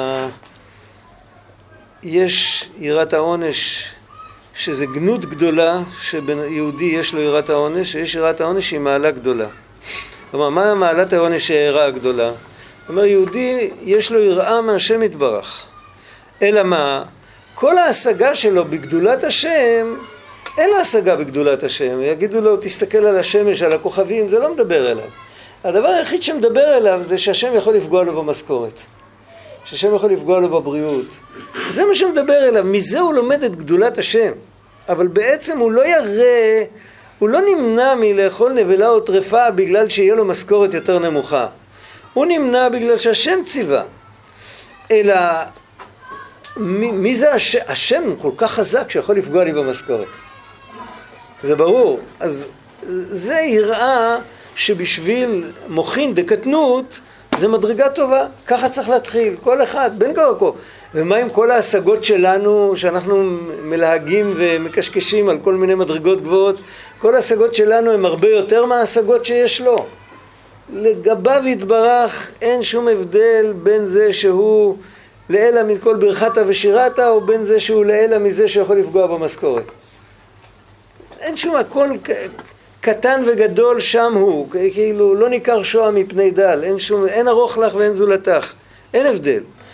שיש יראת העונש, שזה גנות גדולה, שביהודי יש לו יראת העונש, ויש יראת העונש שהיא מעלה גדולה. כלומר, מה מעלת העונש שהיראה הגדולה? הוא אומר, יהודי יש לו יראה מהשם יתברך. אלא מה? כל ההשגה שלו בגדולת השם, אין לה השגה בגדולת השם. יגידו לו, תסתכל על השמש, על הכוכבים, זה לא מדבר אליו. הדבר היחיד שמדבר אליו זה שהשם יכול לפגוע לו במשכורת. שהשם יכול לפגוע לו בבריאות. זה מה שמדבר אליו, מזה הוא לומד את גדולת השם. אבל בעצם הוא לא יראה, הוא לא נמנע מלאכול נבלה או טרפה בגלל שיהיה לו משכורת יותר נמוכה. הוא נמנע בגלל שהשם ציווה. אלא, מי, מי זה השם? השם הוא כל כך חזק שיכול לפגוע לי במשכורת. זה ברור. אז זה יראה שבשביל מוחין דקטנות, זה מדרגה טובה, ככה צריך להתחיל, כל אחד, בין כה וכה. ומה עם כל ההשגות שלנו, שאנחנו מלהגים ומקשקשים על כל מיני מדרגות גבוהות, כל ההשגות שלנו הם הרבה יותר מההשגות שיש לו. לגביו יתברך, אין שום הבדל בין זה שהוא לאלה מכל ברכתה ושירתה, או בין זה שהוא לאלה מזה שיכול לפגוע במשכורת. אין שום, הכל קטן וגדול שם הוא, כאילו לא ניכר שואה מפני דל, אין, שום, אין ארוך לך ואין זולתך, אין הבדל.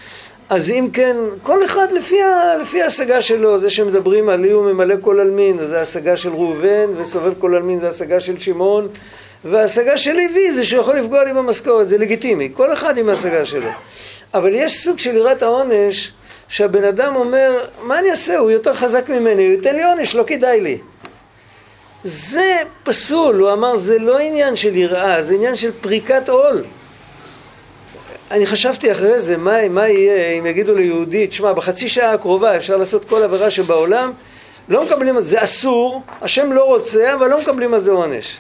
אז אם כן, כל אחד לפי, ה, לפי ההשגה שלו, זה שמדברים על לי הוא ממלא כל אלמין, זה ההשגה של ראובן, וסובב כל אלמין זה ההשגה של שמעון, וההשגה של לוי זה שהוא יכול לפגוע לי במשכורת, זה לגיטימי, כל אחד עם ההשגה שלו. אבל יש סוג של יראת העונש, שהבן אדם אומר, מה אני אעשה? הוא יותר חזק ממני, הוא ייתן לי עונש, לא כדאי לי. זה פסול, הוא אמר, זה לא עניין של יראה, זה עניין של פריקת עול. אני חשבתי אחרי זה, מה, מה יהיה אם יגידו ליהודי, תשמע, בחצי שעה הקרובה אפשר לעשות כל עבירה שבעולם, לא מקבלים על זה, אסור, השם לא רוצה, אבל לא מקבלים על זה עונש.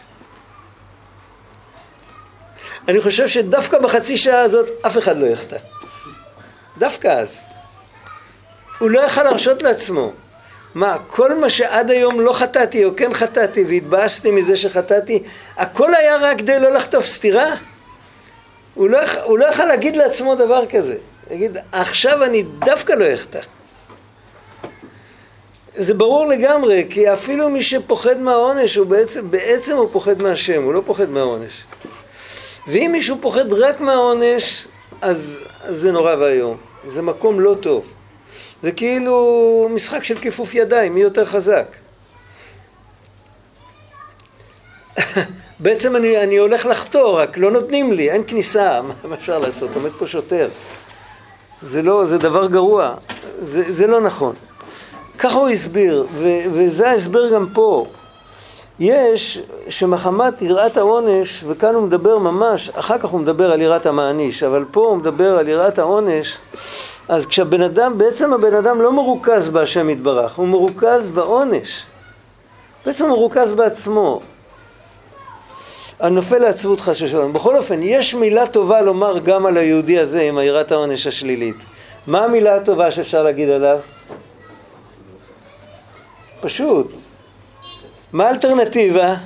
אני חושב שדווקא בחצי שעה הזאת אף אחד לא יחטא. דווקא אז. הוא לא יכל להרשות לעצמו. מה, כל מה שעד היום לא חטאתי או כן חטאתי והתבאסתי מזה שחטאתי, הכל היה רק כדי לא לחטוף סתירה? הוא לא, הוא לא יכל להגיד לעצמו דבר כזה. להגיד, עכשיו אני דווקא לא יחטא. זה ברור לגמרי, כי אפילו מי שפוחד מהעונש, הוא בעצם, בעצם הוא פוחד מהשם, הוא לא פוחד מהעונש. ואם מישהו פוחד רק מהעונש, אז, אז זה נורא והיום. זה מקום לא טוב. זה כאילו משחק של כיפוף ידיים, מי יותר חזק. בעצם אני, אני הולך לחתור, רק לא נותנים לי, אין כניסה, מה אפשר לעשות? עומד פה שוטר. זה לא, זה דבר גרוע, זה, זה לא נכון. ככה הוא הסביר, ו, וזה ההסבר גם פה. יש שמחמת יראת העונש, וכאן הוא מדבר ממש, אחר כך הוא מדבר על יראת המעניש, אבל פה הוא מדבר על יראת העונש, אז כשהבן אדם, בעצם הבן אדם לא מרוכז בהשם יתברך, הוא מרוכז בעונש. בעצם הוא מרוכז בעצמו. הנופל לעצבות חס ושלום. בכל אופן, יש מילה טובה לומר גם על היהודי הזה עם יראת העונש השלילית. מה המילה הטובה שאפשר להגיד עליו? פשוט. מה האלטרנטיבה?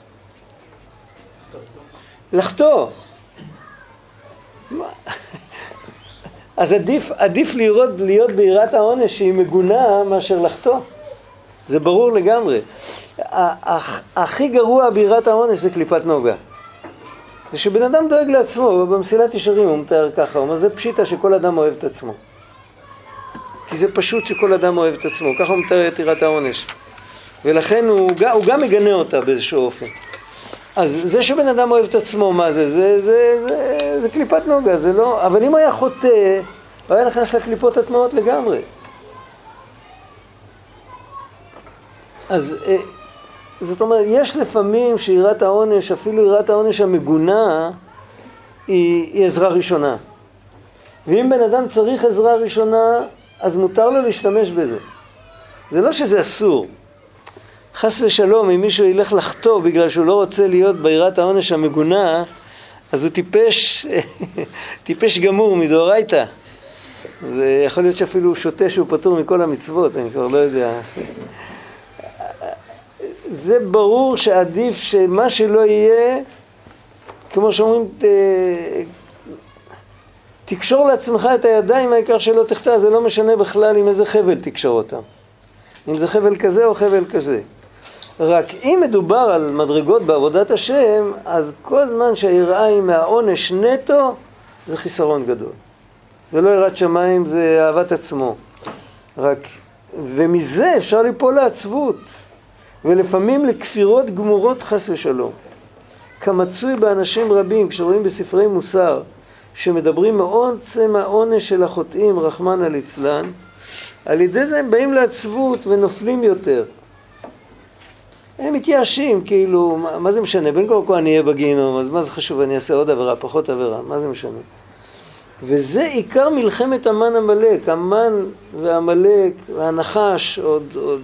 לחטוא. אז עדיף, עדיף לראות, להיות ביראת העונש שהיא מגונה מאשר לחטוא. זה ברור לגמרי. הכי גרוע ביראת העונש זה קליפת נוגה. זה שבן אדם דואג לעצמו, במסילת ישרים הוא מתאר ככה, הוא אומר זה פשיטה שכל אדם אוהב את עצמו. כי זה פשוט שכל אדם אוהב את עצמו, ככה הוא מתאר את יראת העונש. ולכן הוא, הוא גם מגנה אותה באיזשהו אופן. אז זה שבן אדם אוהב את עצמו, מה זה? זה, זה, זה, זה קליפת נוגה, זה לא... אבל אם הוא היה חוטא, הוא היה נכנס לקליפות הטמעות לגמרי. אז זאת אומרת, יש לפעמים שיראת העונש, אפילו יראת העונש המגונה, היא, היא עזרה ראשונה. ואם בן אדם צריך עזרה ראשונה, אז מותר לו להשתמש בזה. זה לא שזה אסור. חס ושלום, אם מישהו ילך לחטוא בגלל שהוא לא רוצה להיות ביראת העונש המגונה, אז הוא טיפש, טיפש גמור מדאורייתא. זה יכול להיות שאפילו הוא שותה שהוא פטור מכל המצוות, אני כבר לא יודע. זה ברור שעדיף שמה שלא יהיה, כמו שאומרים, ת... תקשור לעצמך את הידיים, העיקר שלא תחטא, זה לא משנה בכלל עם איזה חבל תקשור אותם. אם זה חבל כזה או חבל כזה. רק אם מדובר על מדרגות בעבודת השם, אז כל זמן שהיראה היא מהעונש נטו, זה חיסרון גדול. זה לא יראת שמיים, זה אהבת עצמו. רק, ומזה אפשר ליפול לעצבות. ולפעמים לכפירות גמורות חס ושלום. כמצוי באנשים רבים, כשרואים בספרי מוסר, שמדברים מעוצם העונש של החוטאים, רחמן על אצלן, על ידי זה הם באים לעצבות ונופלים יותר. הם מתייאשים, כאילו, מה, מה זה משנה? בין כל כך אני אהיה בגיהנום, אז מה זה חשוב? אני אעשה עוד עבירה, פחות עבירה, מה זה משנה? וזה עיקר מלחמת המן המלך, המן והמלך והנחש, עוד, עוד,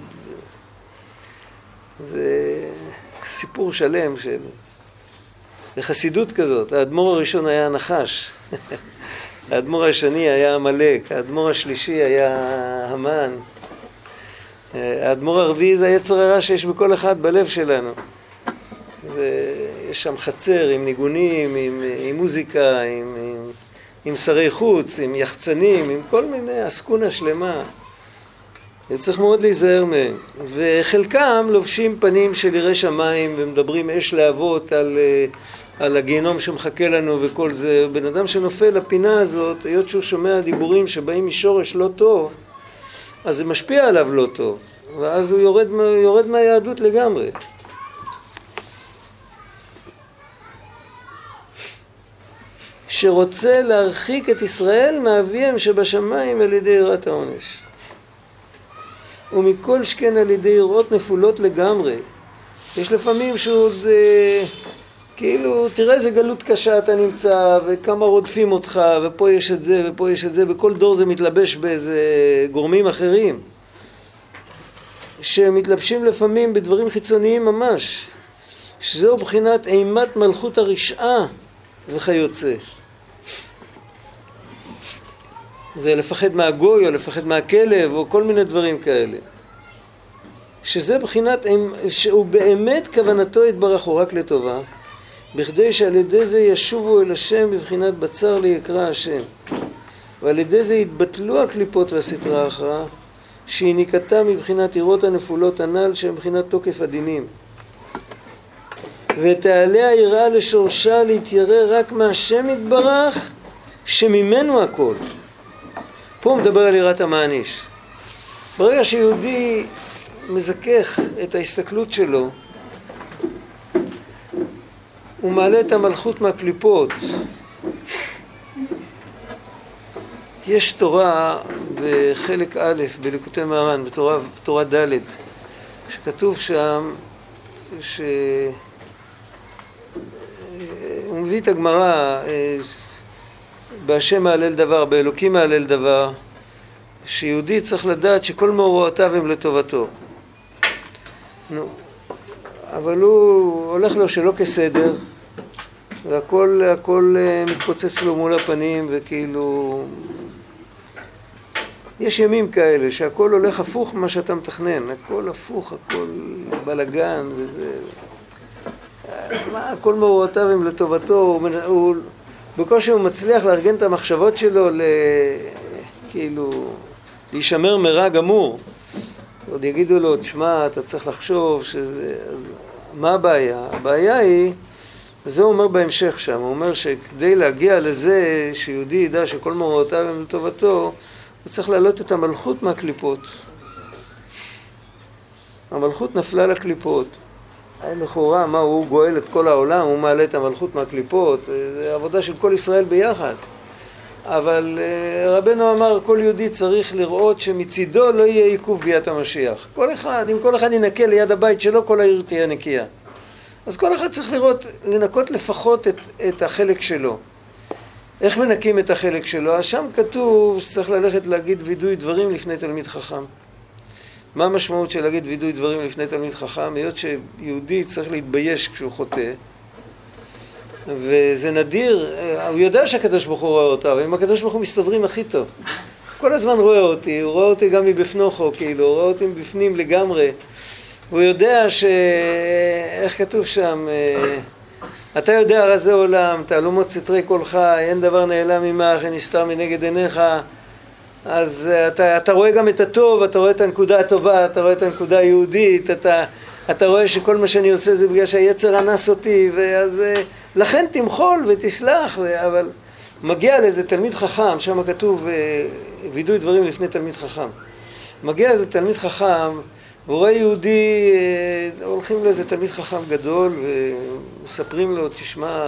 זה סיפור שלם של חסידות כזאת. האדמו"ר הראשון היה הנחש, האדמו"ר השני היה המלך, האדמו"ר השלישי היה המן, האדמו"ר הרביעי זה היצר הרע שיש בכל אחד בלב שלנו. זה, יש שם חצר עם ניגונים, עם, עם מוזיקה, עם, עם, עם שרי חוץ, עם יחצנים, עם כל מיני אסקונה שלמה. צריך מאוד להיזהר מהם. וחלקם לובשים פנים של ירא שמיים ומדברים אש להבות על, על הגיהנום שמחכה לנו וכל זה. בן אדם שנופל לפינה הזאת, היות שהוא שומע דיבורים שבאים משורש לא טוב, אז זה משפיע עליו לא טוב, ואז הוא יורד, יורד מהיהדות לגמרי. שרוצה להרחיק את ישראל מאביהם שבשמיים על ידי יראת העונש. ומכל שכן על ידי יראות נפולות לגמרי. יש לפעמים שעוד אה, כאילו, תראה איזה גלות קשה אתה נמצא, וכמה רודפים אותך, ופה יש את זה, ופה יש את זה, בכל דור זה מתלבש באיזה גורמים אחרים, שמתלבשים לפעמים בדברים חיצוניים ממש, שזהו בחינת אימת מלכות הרשעה וכיוצא. זה לפחד מהגוי, או לפחד מהכלב, או כל מיני דברים כאלה. שזה בחינת, שהוא באמת כוונתו יתברך הוא רק לטובה, בכדי שעל ידי זה ישובו אל השם בבחינת בצר ליקרא השם. ועל ידי זה יתבטלו הקליפות והסתרה האחרה, שהיא ניקתה מבחינת עירות הנפולות הנ"ל, שהן מבחינת תוקף הדינים. ותעלה היראה לשורשה להתיירא רק מהשם יתברך, שממנו הכל. פה הוא מדבר על יראת המעניש. ברגע שיהודי מזכך את ההסתכלות שלו, הוא מעלה את המלכות מהקליפות. יש תורה בחלק א' בליקוטי מוהר"ן, בתורה, בתורה ד', שכתוב שם, שהוא מביא את הגמרא, בהשם מעלל דבר, באלוקים מעלל דבר, שיהודי צריך לדעת שכל מאורעותיו הם לטובתו. נו, אבל הוא הולך לו שלא כסדר, והכל הכל מתפוצץ לו מול הפנים, וכאילו יש ימים כאלה שהכל הולך הפוך ממה שאתה מתכנן, הכל הפוך, הכל בלגן וזה, מה, הכל מאורעותיו הם לטובתו. הוא, הוא בקושי הוא מצליח לארגן את המחשבות שלו ל... כאילו להישמר מרע גמור. עוד יגידו לו, תשמע, אתה צריך לחשוב שזה... מה הבעיה? הבעיה היא, זה הוא אומר בהמשך שם, הוא אומר שכדי להגיע לזה שיהודי ידע שכל מאורעותיו הם לטובתו, הוא צריך להעלות את המלכות מהקליפות. המלכות נפלה לקליפות. לכאורה, מה, הוא גואל את כל העולם, הוא מעלה את המלכות מהקליפות, זה עבודה של כל ישראל ביחד. אבל רבנו אמר, כל יהודי צריך לראות שמצידו לא יהיה עיכוב ביאת המשיח. כל אחד, אם כל אחד ינקה ליד הבית שלו, כל העיר תהיה נקייה. אז כל אחד צריך לראות, לנקות לפחות את, את החלק שלו. איך מנקים את החלק שלו? אז שם כתוב שצריך ללכת להגיד וידוי דברים לפני תלמיד חכם. מה המשמעות של להגיד וידוי דברים לפני תלמיד חכם? היות שיהודי צריך להתבייש כשהוא חוטא, וזה נדיר, הוא יודע שהקדוש ברוך הוא רואה אותה, אבל עם הקדוש ברוך הוא מסתדרים הכי טוב. כל הזמן רואה אותי, הוא רואה אותי גם מבפנוכו, כאילו, הוא רואה אותי מבפנים לגמרי. הוא יודע ש... איך כתוב שם? אתה יודע רזי עולם, תעלומות סתרי קולך, אין דבר נעלם ממך, אין נסתר מנגד עיניך. אז אתה, אתה רואה גם את הטוב, אתה רואה את הנקודה הטובה, אתה רואה את הנקודה היהודית, אתה, אתה רואה שכל מה שאני עושה זה בגלל שהיצר אנס אותי, ואז לכן תמחול ותסלח, אבל מגיע לאיזה תלמיד חכם, שם כתוב וידוי דברים לפני תלמיד חכם. מגיע לאיזה תלמיד חכם, והוא רואה יהודי, הולכים לאיזה תלמיד חכם גדול, ומספרים לו, תשמע,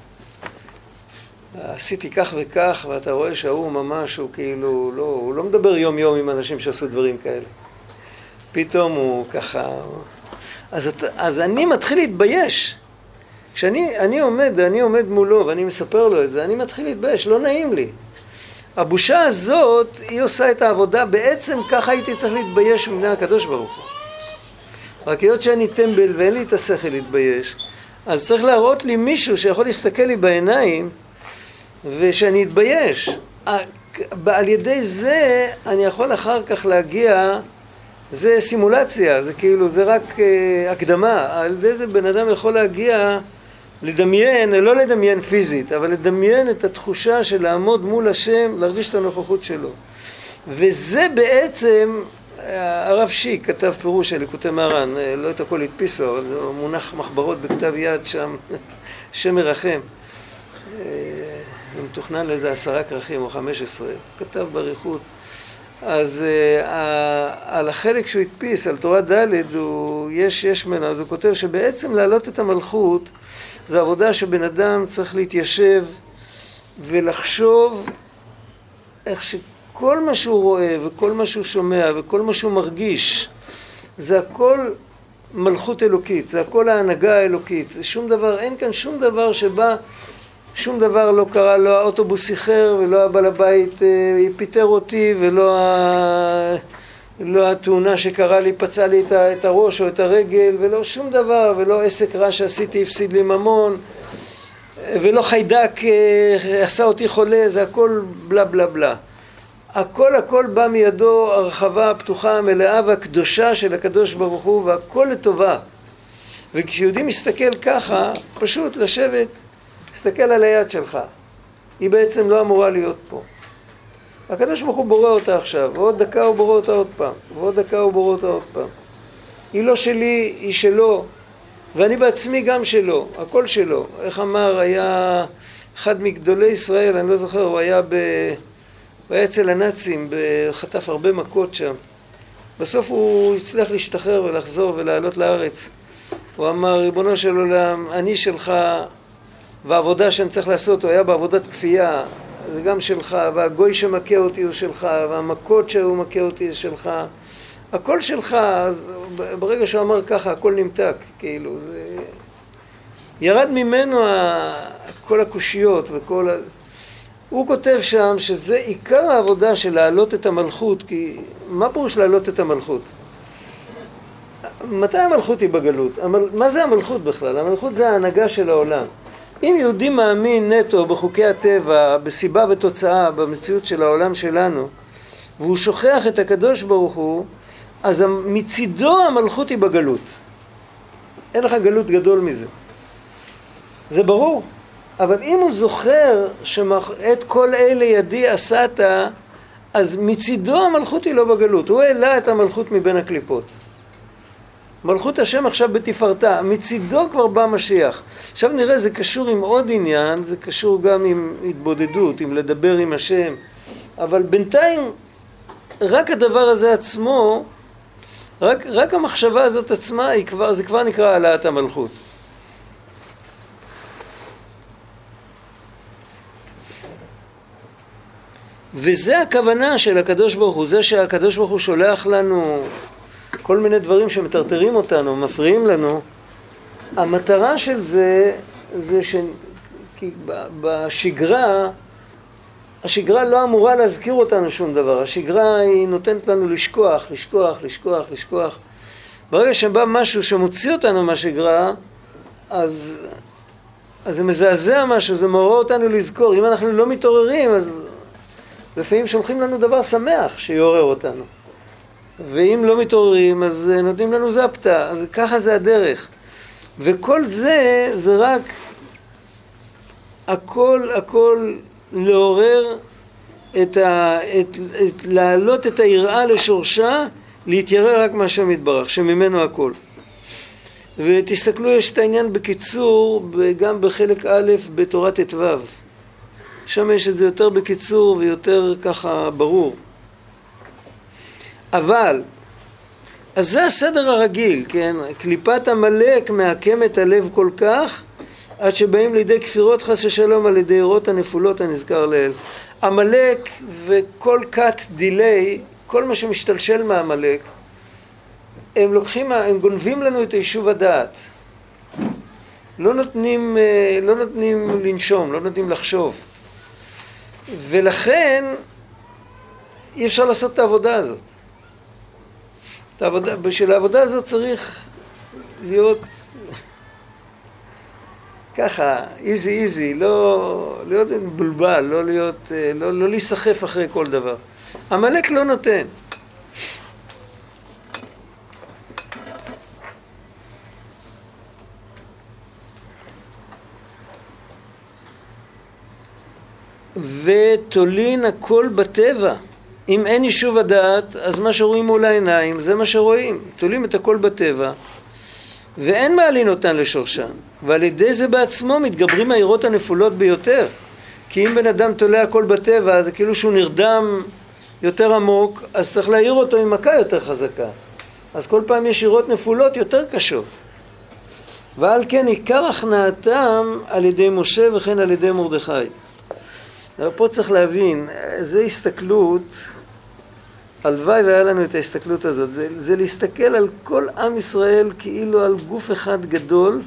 עשיתי כך וכך, ואתה רואה שההוא ממש, הוא כאילו, לא, הוא לא מדבר יום יום עם אנשים שעשו דברים כאלה. פתאום הוא ככה... אז, אז אני מתחיל להתבייש. כשאני אני עומד, אני עומד מולו ואני מספר לו את זה, אני מתחיל להתבייש, לא נעים לי. הבושה הזאת, היא עושה את העבודה, בעצם ככה הייתי צריך להתבייש מבני הקדוש ברוך הוא. רק היות שאני טמבל ואין לי את השכל להתבייש, אז צריך להראות לי מישהו שיכול להסתכל לי בעיניים, ושאני אתבייש. על ידי זה אני יכול אחר כך להגיע, זה סימולציה, זה כאילו, זה רק uh, הקדמה. על ידי זה בן אדם יכול להגיע, לדמיין, לא לדמיין פיזית, אבל לדמיין את התחושה של לעמוד מול השם, להרגיש את הנוכחות שלו. וזה בעצם, הרב שיק כתב פירוש על ליקוטי מהר"ן, לא את הכל הדפיסו, אבל זה מונח מחברות בכתב יד שם, שם מרחם. מתוכנן לאיזה עשרה כרכים או חמש עשרה, כתב בריחות. אז uh, על החלק שהוא הדפיס, על תורה ד' הוא, יש, יש ממנו, אז הוא כותב שבעצם להעלות את המלכות, זו עבודה שבן אדם צריך להתיישב ולחשוב איך שכל מה שהוא רואה וכל מה שהוא שומע וכל מה שהוא מרגיש, זה הכל מלכות אלוקית, זה הכל ההנהגה האלוקית, זה שום דבר, אין כאן שום דבר שבא, שום דבר לא קרה, לא האוטובוס איחר ולא הבעל הבית אה, פיטר אותי ולא ה... לא התאונה שקרה לי, פצע לי את, ה... את הראש או את הרגל ולא שום דבר, ולא עסק רע שעשיתי הפסיד לי ממון ולא חיידק אה, עשה אותי חולה, זה הכל בלה בלה בלה. הכל הכל בא מידו, הרחבה הפתוחה המלאה והקדושה של הקדוש ברוך הוא, והכל לטובה. וכשיהודי מסתכל ככה, פשוט לשבת, תסתכל על היד שלך, היא בעצם לא אמורה להיות פה. הקדוש ברוך הוא בורא אותה עכשיו, ועוד דקה הוא בורא אותה עוד פעם, ועוד דקה הוא בורא אותה עוד פעם. היא לא שלי, היא שלו, ואני בעצמי גם שלו, הכל שלו. איך אמר, היה אחד מגדולי ישראל, אני לא זוכר, הוא היה ב... הוא היה אצל הנאצים, חטף הרבה מכות שם. בסוף הוא הצליח להשתחרר ולחזור ולעלות לארץ. הוא אמר, ריבונו של עולם, אני שלך, והעבודה שאני צריך לעשות, הוא היה בעבודת כפייה, זה גם שלך, והגוי שמכה אותי הוא שלך, והמכות שהוא מכה אותי הוא שלך. הכל שלך, אז ברגע שהוא אמר ככה, הכל נמתק, כאילו, זה... ירד ממנו כל הקושיות וכל ה... הוא כותב שם שזה עיקר העבודה של להעלות את המלכות, כי מה פירוש להעלות את המלכות? מתי המלכות היא בגלות? מה זה המלכות בכלל? המלכות זה ההנהגה של העולם. אם יהודי מאמין נטו בחוקי הטבע, בסיבה ותוצאה, במציאות של העולם שלנו, והוא שוכח את הקדוש ברוך הוא, אז מצידו המלכות היא בגלות. אין לך גלות גדול מזה. זה ברור. אבל אם הוא זוכר שאת כל אלה ידי עשת, אז מצידו המלכות היא לא בגלות. הוא העלה את המלכות מבין הקליפות. מלכות השם עכשיו בתפארתה, מצידו כבר בא משיח. עכשיו נראה, זה קשור עם עוד עניין, זה קשור גם עם התבודדות, עם לדבר עם השם. אבל בינתיים, רק הדבר הזה עצמו, רק, רק המחשבה הזאת עצמה, היא כבר, זה כבר נקרא העלאת המלכות. וזה הכוונה של הקדוש ברוך הוא, זה שהקדוש ברוך הוא שולח לנו כל מיני דברים שמטרטרים אותנו, מפריעים לנו. המטרה של זה, זה שבשגרה, השגרה לא אמורה להזכיר אותנו שום דבר. השגרה היא נותנת לנו לשכוח, לשכוח, לשכוח, לשכוח. ברגע שבא משהו שמוציא אותנו מהשגרה, אז, אז זה מזעזע משהו, זה מעורר אותנו לזכור. אם אנחנו לא מתעוררים, אז לפעמים שולחים לנו דבר שמח שיעורר אותנו. ואם לא מתעוררים, אז נותנים לנו זפתה. אז ככה זה הדרך. וכל זה, זה רק הכל, הכל לעורר את ה... את, את, להעלות את היראה לשורשה, להתיירא רק מהשם יתברך, שממנו הכל. ותסתכלו, יש את העניין בקיצור, גם בחלק א' בתורת ט"ו. שם יש את זה יותר בקיצור ויותר ככה ברור. אבל, אז זה הסדר הרגיל, כן? קליפת המלאק מעקמת הלב כל כך, עד שבאים לידי כפירות חס ושלום על ידי עירות הנפולות הנזכר לאל. המלאק וכל קאט דיליי, כל מה שמשתלשל מהמלאק, הם לוקחים, הם גונבים לנו את היישוב הדעת. לא נותנים, לא נותנים לנשום, לא נותנים לחשוב. ולכן אי אפשר לעשות את העבודה הזאת. את העבודה, בשביל העבודה הזאת צריך להיות ככה, איזי איזי, לא להיות מבולבל, לא להיות, לא, לא להיסחף אחרי כל דבר. המלאק לא נותן. ותולין הכל בטבע, אם אין יישוב הדעת, אז מה שרואים מול העיניים, זה מה שרואים. תולים את הכל בטבע, ואין מעלין אותן לשורשן. ועל ידי זה בעצמו מתגברים העירות הנפולות ביותר. כי אם בן אדם תולה הכל בטבע, זה כאילו שהוא נרדם יותר עמוק, אז צריך להעיר אותו עם מכה יותר חזקה. אז כל פעם יש עירות נפולות יותר קשות. ועל כן עיקר הכנעתם על ידי משה וכן על ידי מרדכי. פה צריך להבין, זה הסתכלות, הלוואי והיה לנו את ההסתכלות הזאת, זה, זה להסתכל על כל עם ישראל כאילו על גוף אחד גדול,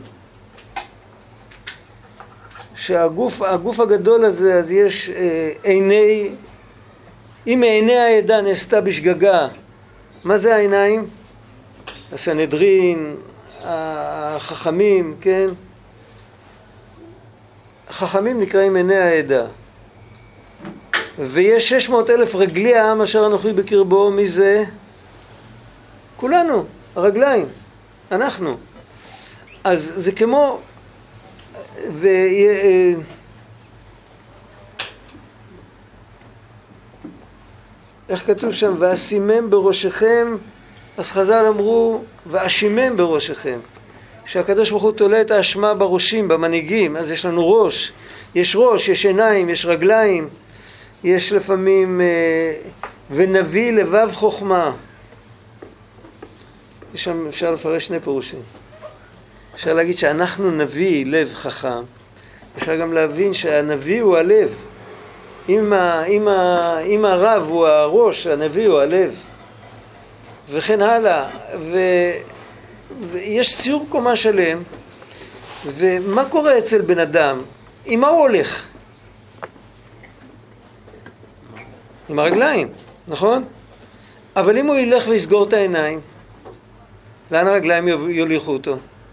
שהגוף הגוף הגדול הזה, אז יש אה, עיני, אם מעיני העדה נעשתה בשגגה, מה זה העיניים? הסנהדרין, החכמים, כן? החכמים נקראים עיני העדה. ויש שש מאות אלף רגלי העם אשר אנוכי בקרבו, מי זה? כולנו, הרגליים, אנחנו. אז זה כמו, ו... איך כתוב שם? ואשימם בראשכם, אז חז"ל אמרו, ואשימם בראשכם. שהקדוש ברוך הוא תולה את האשמה בראשים, במנהיגים, אז יש לנו ראש, יש ראש, יש עיניים, יש רגליים, יש לפעמים, ונביא לבב חוכמה. יש שם, אפשר לפרש שני פירושים. אפשר להגיד שאנחנו נביא לב חכם, אפשר גם להבין שהנביא הוא הלב. אם, ה, אם, ה, אם הרב הוא הראש, הנביא הוא הלב. וכן הלאה. ו, ויש ציור קומה שלם, ומה קורה אצל בן אדם? עם מה הוא הולך? עם הרגליים, נכון? אבל אם הוא ילך ויסגור את העיניים, לאן הרגליים יוליכו אותו?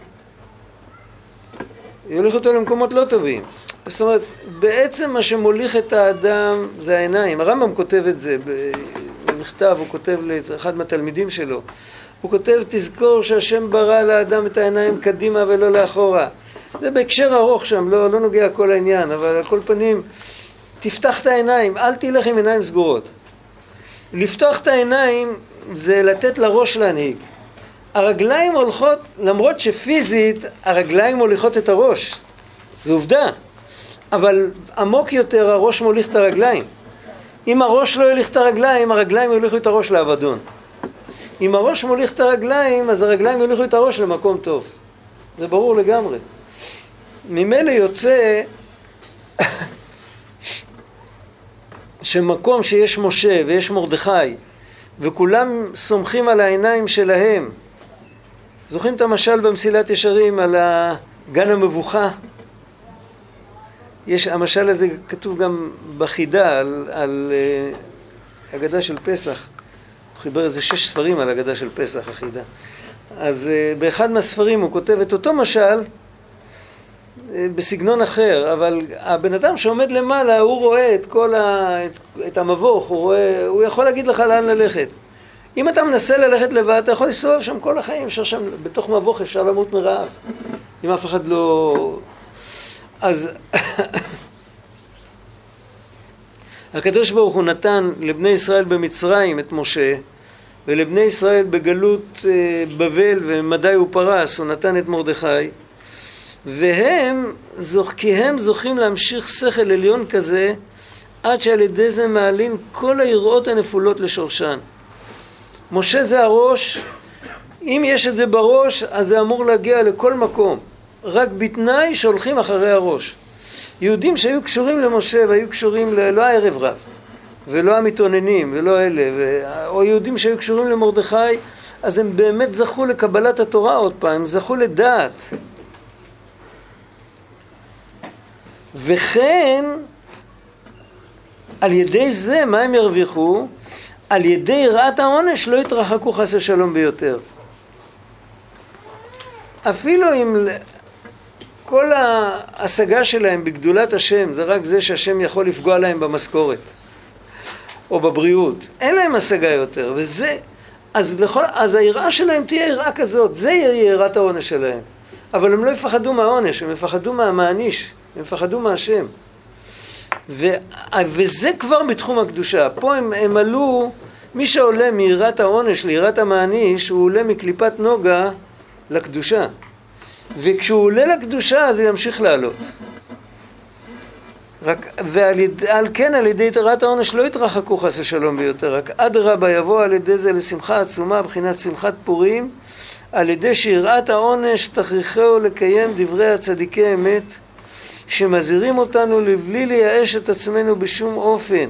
יוליכו אותו למקומות לא טובים. זאת אומרת, בעצם מה שמוליך את האדם זה העיניים. הרמב"ם כותב את זה במכתב, הוא כותב לאחד מהתלמידים שלו. הוא כותב, תזכור שהשם ברא לאדם את העיניים קדימה ולא לאחורה. זה בהקשר ארוך שם, לא, לא נוגע כל העניין, אבל על כל פנים, תפתח את העיניים, אל תלך עם עיניים סגורות. לפתוח את העיניים זה לתת לראש להנהיג. הרגליים הולכות, למרות שפיזית הרגליים מוליכות את הראש. זו עובדה. אבל עמוק יותר הראש מוליך את הרגליים. אם הראש לא יוליך את הרגליים, הרגליים יוליכו את הראש לאבדון. אם הראש מוליך את הרגליים, אז הרגליים יוליכו את הראש למקום טוב. זה ברור לגמרי. ממילא יוצא שמקום שיש משה ויש מרדכי, וכולם סומכים על העיניים שלהם. זוכרים את המשל במסילת ישרים על הגן המבוכה? יש, המשל הזה כתוב גם בחידה על, על uh, אגדה של פסח. הוא חיבר איזה שש ספרים על אגדה של פסח, החידה. אז uh, באחד מהספרים הוא כותב את אותו משל uh, בסגנון אחר, אבל הבן אדם שעומד למעלה, הוא רואה את כל ה, את, את המבוך, הוא, רואה, הוא יכול להגיד לך לאן ללכת. אם אתה מנסה ללכת לבד, אתה יכול לסובב שם כל החיים, אפשר שם, בתוך מבוך אפשר למות מרעב. אם אף אחד לא... אז הקדוש ברוך הוא נתן לבני ישראל במצרים את משה, ולבני ישראל בגלות בבל ומדי ופרס הוא נתן את מרדכי, והם, כי הם זוכים להמשיך שכל עליון כזה, עד שעל ידי זה מעלין כל היראות הנפולות לשורשן. משה זה הראש, אם יש את זה בראש, אז זה אמור להגיע לכל מקום. רק בתנאי שהולכים אחרי הראש. יהודים שהיו קשורים למשה והיו קשורים ל... לא הערב רב, ולא המתאוננים, ולא אלה, ו... או יהודים שהיו קשורים למרדכי, אז הם באמת זכו לקבלת התורה עוד פעם, הם זכו לדעת. וכן, על ידי זה, מה הם ירוויחו? על ידי יראת העונש לא יתרחקו חס ושלום ביותר. אפילו אם... כל ההשגה שלהם בגדולת השם, זה רק זה שהשם יכול לפגוע להם במשכורת או בבריאות. אין להם השגה יותר, וזה, אז, לכל, אז היראה שלהם תהיה יראה כזאת, זה יהיה יראת העונש שלהם. אבל הם לא יפחדו מהעונש, הם יפחדו מהמעניש, הם יפחדו מהשם. ו, וזה כבר בתחום הקדושה. פה הם, הם עלו, מי שעולה מיראת העונש ליראת המעניש, הוא עולה מקליפת נוגה לקדושה. וכשהוא עולה לקדושה, אז הוא ימשיך לעלות. רק, ועל על כן, על ידי יראת העונש לא יתרחקו חס ושלום ביותר, רק אדרבה יבוא על ידי זה לשמחה עצומה, בחינת שמחת פורים, על ידי שיראת העונש תכריחהו לקיים דברי הצדיקי אמת, שמזהירים אותנו לבלי לייאש את עצמנו בשום אופן.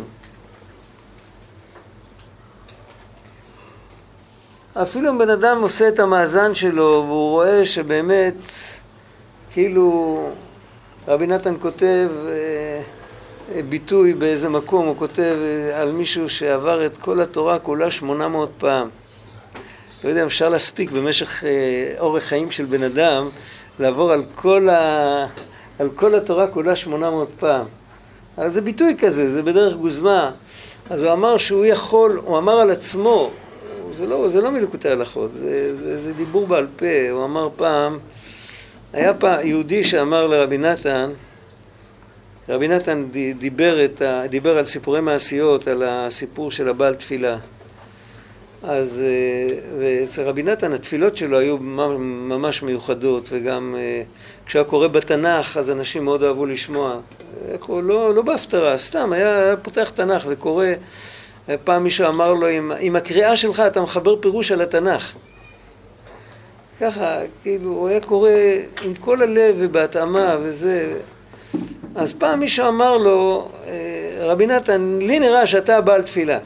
אפילו אם בן אדם עושה את המאזן שלו והוא רואה שבאמת, כאילו רבי נתן כותב ביטוי באיזה מקום, הוא כותב על מישהו שעבר את כל התורה כולה שמונה מאות פעם. לא יודע, אפשר להספיק במשך אורך חיים של בן אדם לעבור על כל, ה... על כל התורה כולה שמונה מאות פעם. אז זה ביטוי כזה, זה בדרך גוזמה. אז הוא אמר שהוא יכול, הוא אמר על עצמו, זה לא, זה לא מליקוטי הלכות, זה, זה, זה דיבור בעל פה. הוא אמר פעם, היה פעם יהודי שאמר לרבי נתן, רבי נתן דיבר, את ה, דיבר על סיפורי מעשיות, על הסיפור של הבעל תפילה. אז אצל רבי נתן התפילות שלו היו ממש מיוחדות, וגם כשהיה קורא בתנ"ך אז אנשים מאוד אהבו לשמוע. לא, לא בהפטרה, סתם, היה, היה פותח תנ"ך וקורא. פעם מישהו אמר לו, עם, עם הקריאה שלך אתה מחבר פירוש על התנ"ך. ככה, כאילו, הוא היה קורא עם כל הלב ובהתאמה וזה. אז פעם מישהו אמר לו, רבי נתן, לי נראה שאתה בעל תפילה.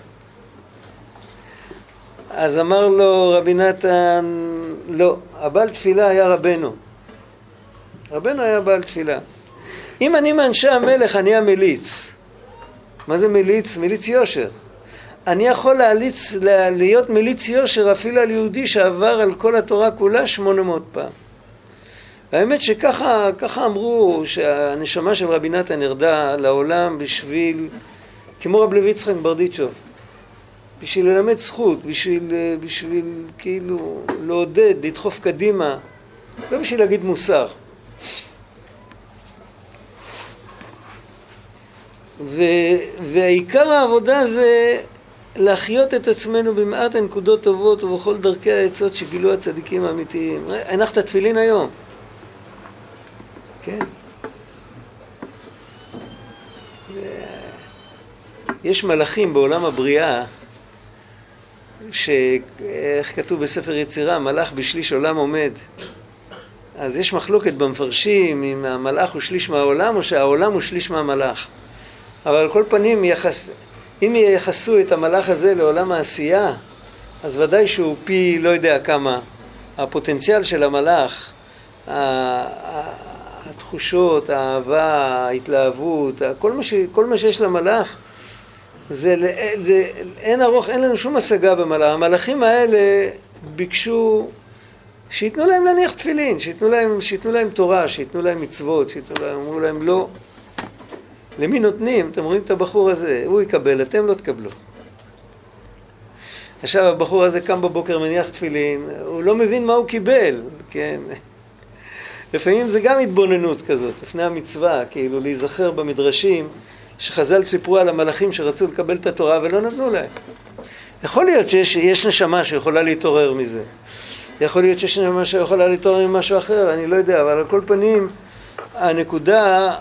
אז אמר לו רבי נתן, לא, הבעל תפילה היה רבנו. רבנו היה בעל תפילה. אם אני מאנשי המלך, אני המליץ. מה זה מליץ? מליץ יושר. אני יכול להליץ, להיות מליץ יושר אפילו על יהודי שעבר על כל התורה כולה שמונה מאות פעם. האמת שככה ככה אמרו שהנשמה של רבי נתן ירדה לעולם בשביל, כמו רב לוי יצחק ברדיצ'וב, בשביל ללמד זכות, בשביל, בשביל כאילו לעודד, לדחוף קדימה, לא בשביל להגיד מוסר. ו, והעיקר העבודה זה להחיות את עצמנו במעט הנקודות טובות ובכל דרכי העצות שגילו הצדיקים האמיתיים. הנחת תפילין היום. כן. יש מלאכים בעולם הבריאה, שאיך כתוב בספר יצירה, מלאך בשליש עולם עומד. אז יש מחלוקת במפרשים אם המלאך הוא שליש מהעולם או שהעולם הוא שליש מהמלאך. אבל על כל פנים, יחס, אם ייחסו את המלאך הזה לעולם העשייה, אז ודאי שהוא פי לא יודע כמה. הפוטנציאל של המלאך, התחושות, האהבה, ההתלהבות, כל מה, ש, כל מה שיש למלאך, זה, זה, אין ארוך, אין לנו שום השגה במלאך. המלאכים האלה ביקשו שיתנו להם להניח תפילין, שיתנו להם, שיתנו להם תורה, שיתנו להם מצוות, שיתנו להם, אמרו להם לא. למי נותנים? אתם רואים את הבחור הזה, הוא יקבל, אתם לא תקבלו. עכשיו הבחור הזה קם בבוקר מניח תפילין, הוא לא מבין מה הוא קיבל, כן. לפעמים זה גם התבוננות כזאת, לפני המצווה, כאילו להיזכר במדרשים, שחז"ל סיפרו על המלאכים שרצו לקבל את התורה ולא נתנו להם. יכול להיות שיש יש נשמה שיכולה להתעורר מזה. יכול להיות שיש נשמה שיכולה להתעורר ממשהו אחר, אני לא יודע, אבל על כל פנים, הנקודה,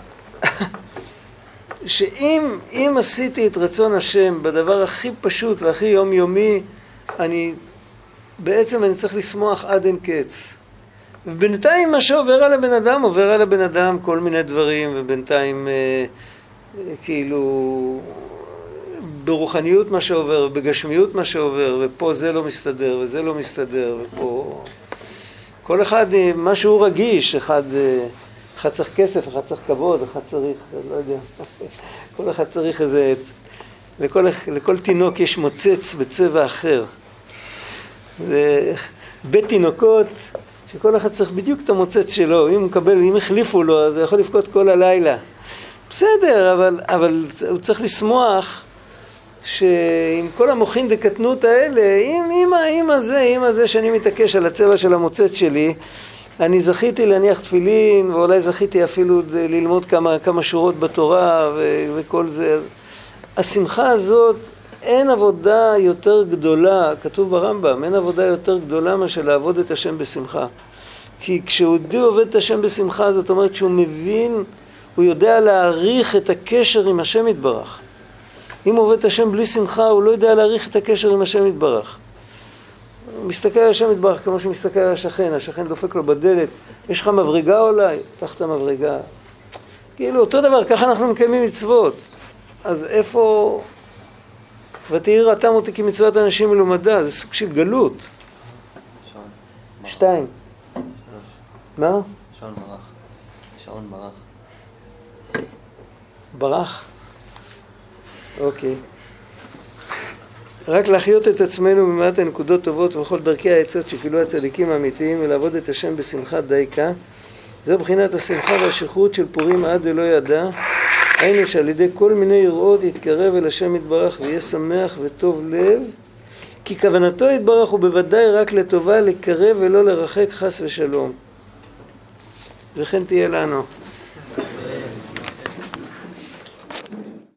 שאם אם עשיתי את רצון השם בדבר הכי פשוט והכי יומיומי, אני, בעצם אני צריך לשמוח עד אין קץ. ובינתיים מה שעובר על הבן אדם, עובר על הבן אדם כל מיני דברים, ובינתיים אה, כאילו ברוחניות מה שעובר, בגשמיות מה שעובר, ופה זה לא מסתדר וזה לא מסתדר, ופה כל אחד מה שהוא רגיש, אחד, אחד צריך כסף, אחד צריך כבוד, אחד צריך, לא יודע, כל אחד צריך איזה, לכל, לכל תינוק יש מוצץ בצבע אחר. בית תינוקות שכל אחד צריך בדיוק את המוצץ שלו, אם מקבל, אם החליפו לו אז הוא יכול לבכות כל הלילה. בסדר, אבל, אבל הוא צריך לשמוח שעם כל המוחין דקטנות האלה, עם, עם, עם הזה, עם הזה שאני מתעקש על הצבע של המוצץ שלי, אני זכיתי להניח תפילין, ואולי זכיתי אפילו ללמוד כמה, כמה שורות בתורה ו- וכל זה. השמחה הזאת, אין עבודה יותר גדולה, כתוב ברמב"ם, אין עבודה יותר גדולה מאשר לעבוד את השם בשמחה. כי כשיהודי עובד את השם בשמחה, זאת אומרת שהוא מבין, הוא יודע להעריך את הקשר עם השם יתברך. אם הוא עובד את השם בלי שמחה, הוא לא יודע להעריך את הקשר עם השם יתברך. הוא מסתכל על השם יתברך כמו שהוא מסתכל על השכן, השכן דופק לו בדלת, יש לך מברגה אולי? פתח את המברגה. כאילו אותו דבר, ככה אנחנו מקיימים מצוות. אז איפה... ותהי ראתם אותי כמצוות אנשים מלומדה, זה סוג של גלות. שתיים. מה? שעון ברח. שעון ברח. ברח? אוקיי. רק להחיות את עצמנו במעט הנקודות טובות וכל דרכי העצות שפילו הצדיקים האמיתיים ולעבוד את השם בשמחת דייקה. זה בחינת השמחה והשכרות של פורים עד דלא ידע. היינו שעל ידי כל מיני יראות יתקרב אל השם יתברך ויהיה שמח וטוב לב, כי כוונתו יתברך הוא בוודאי רק לטובה, לקרב ולא לרחק חס ושלום. וכן תהיה לנו.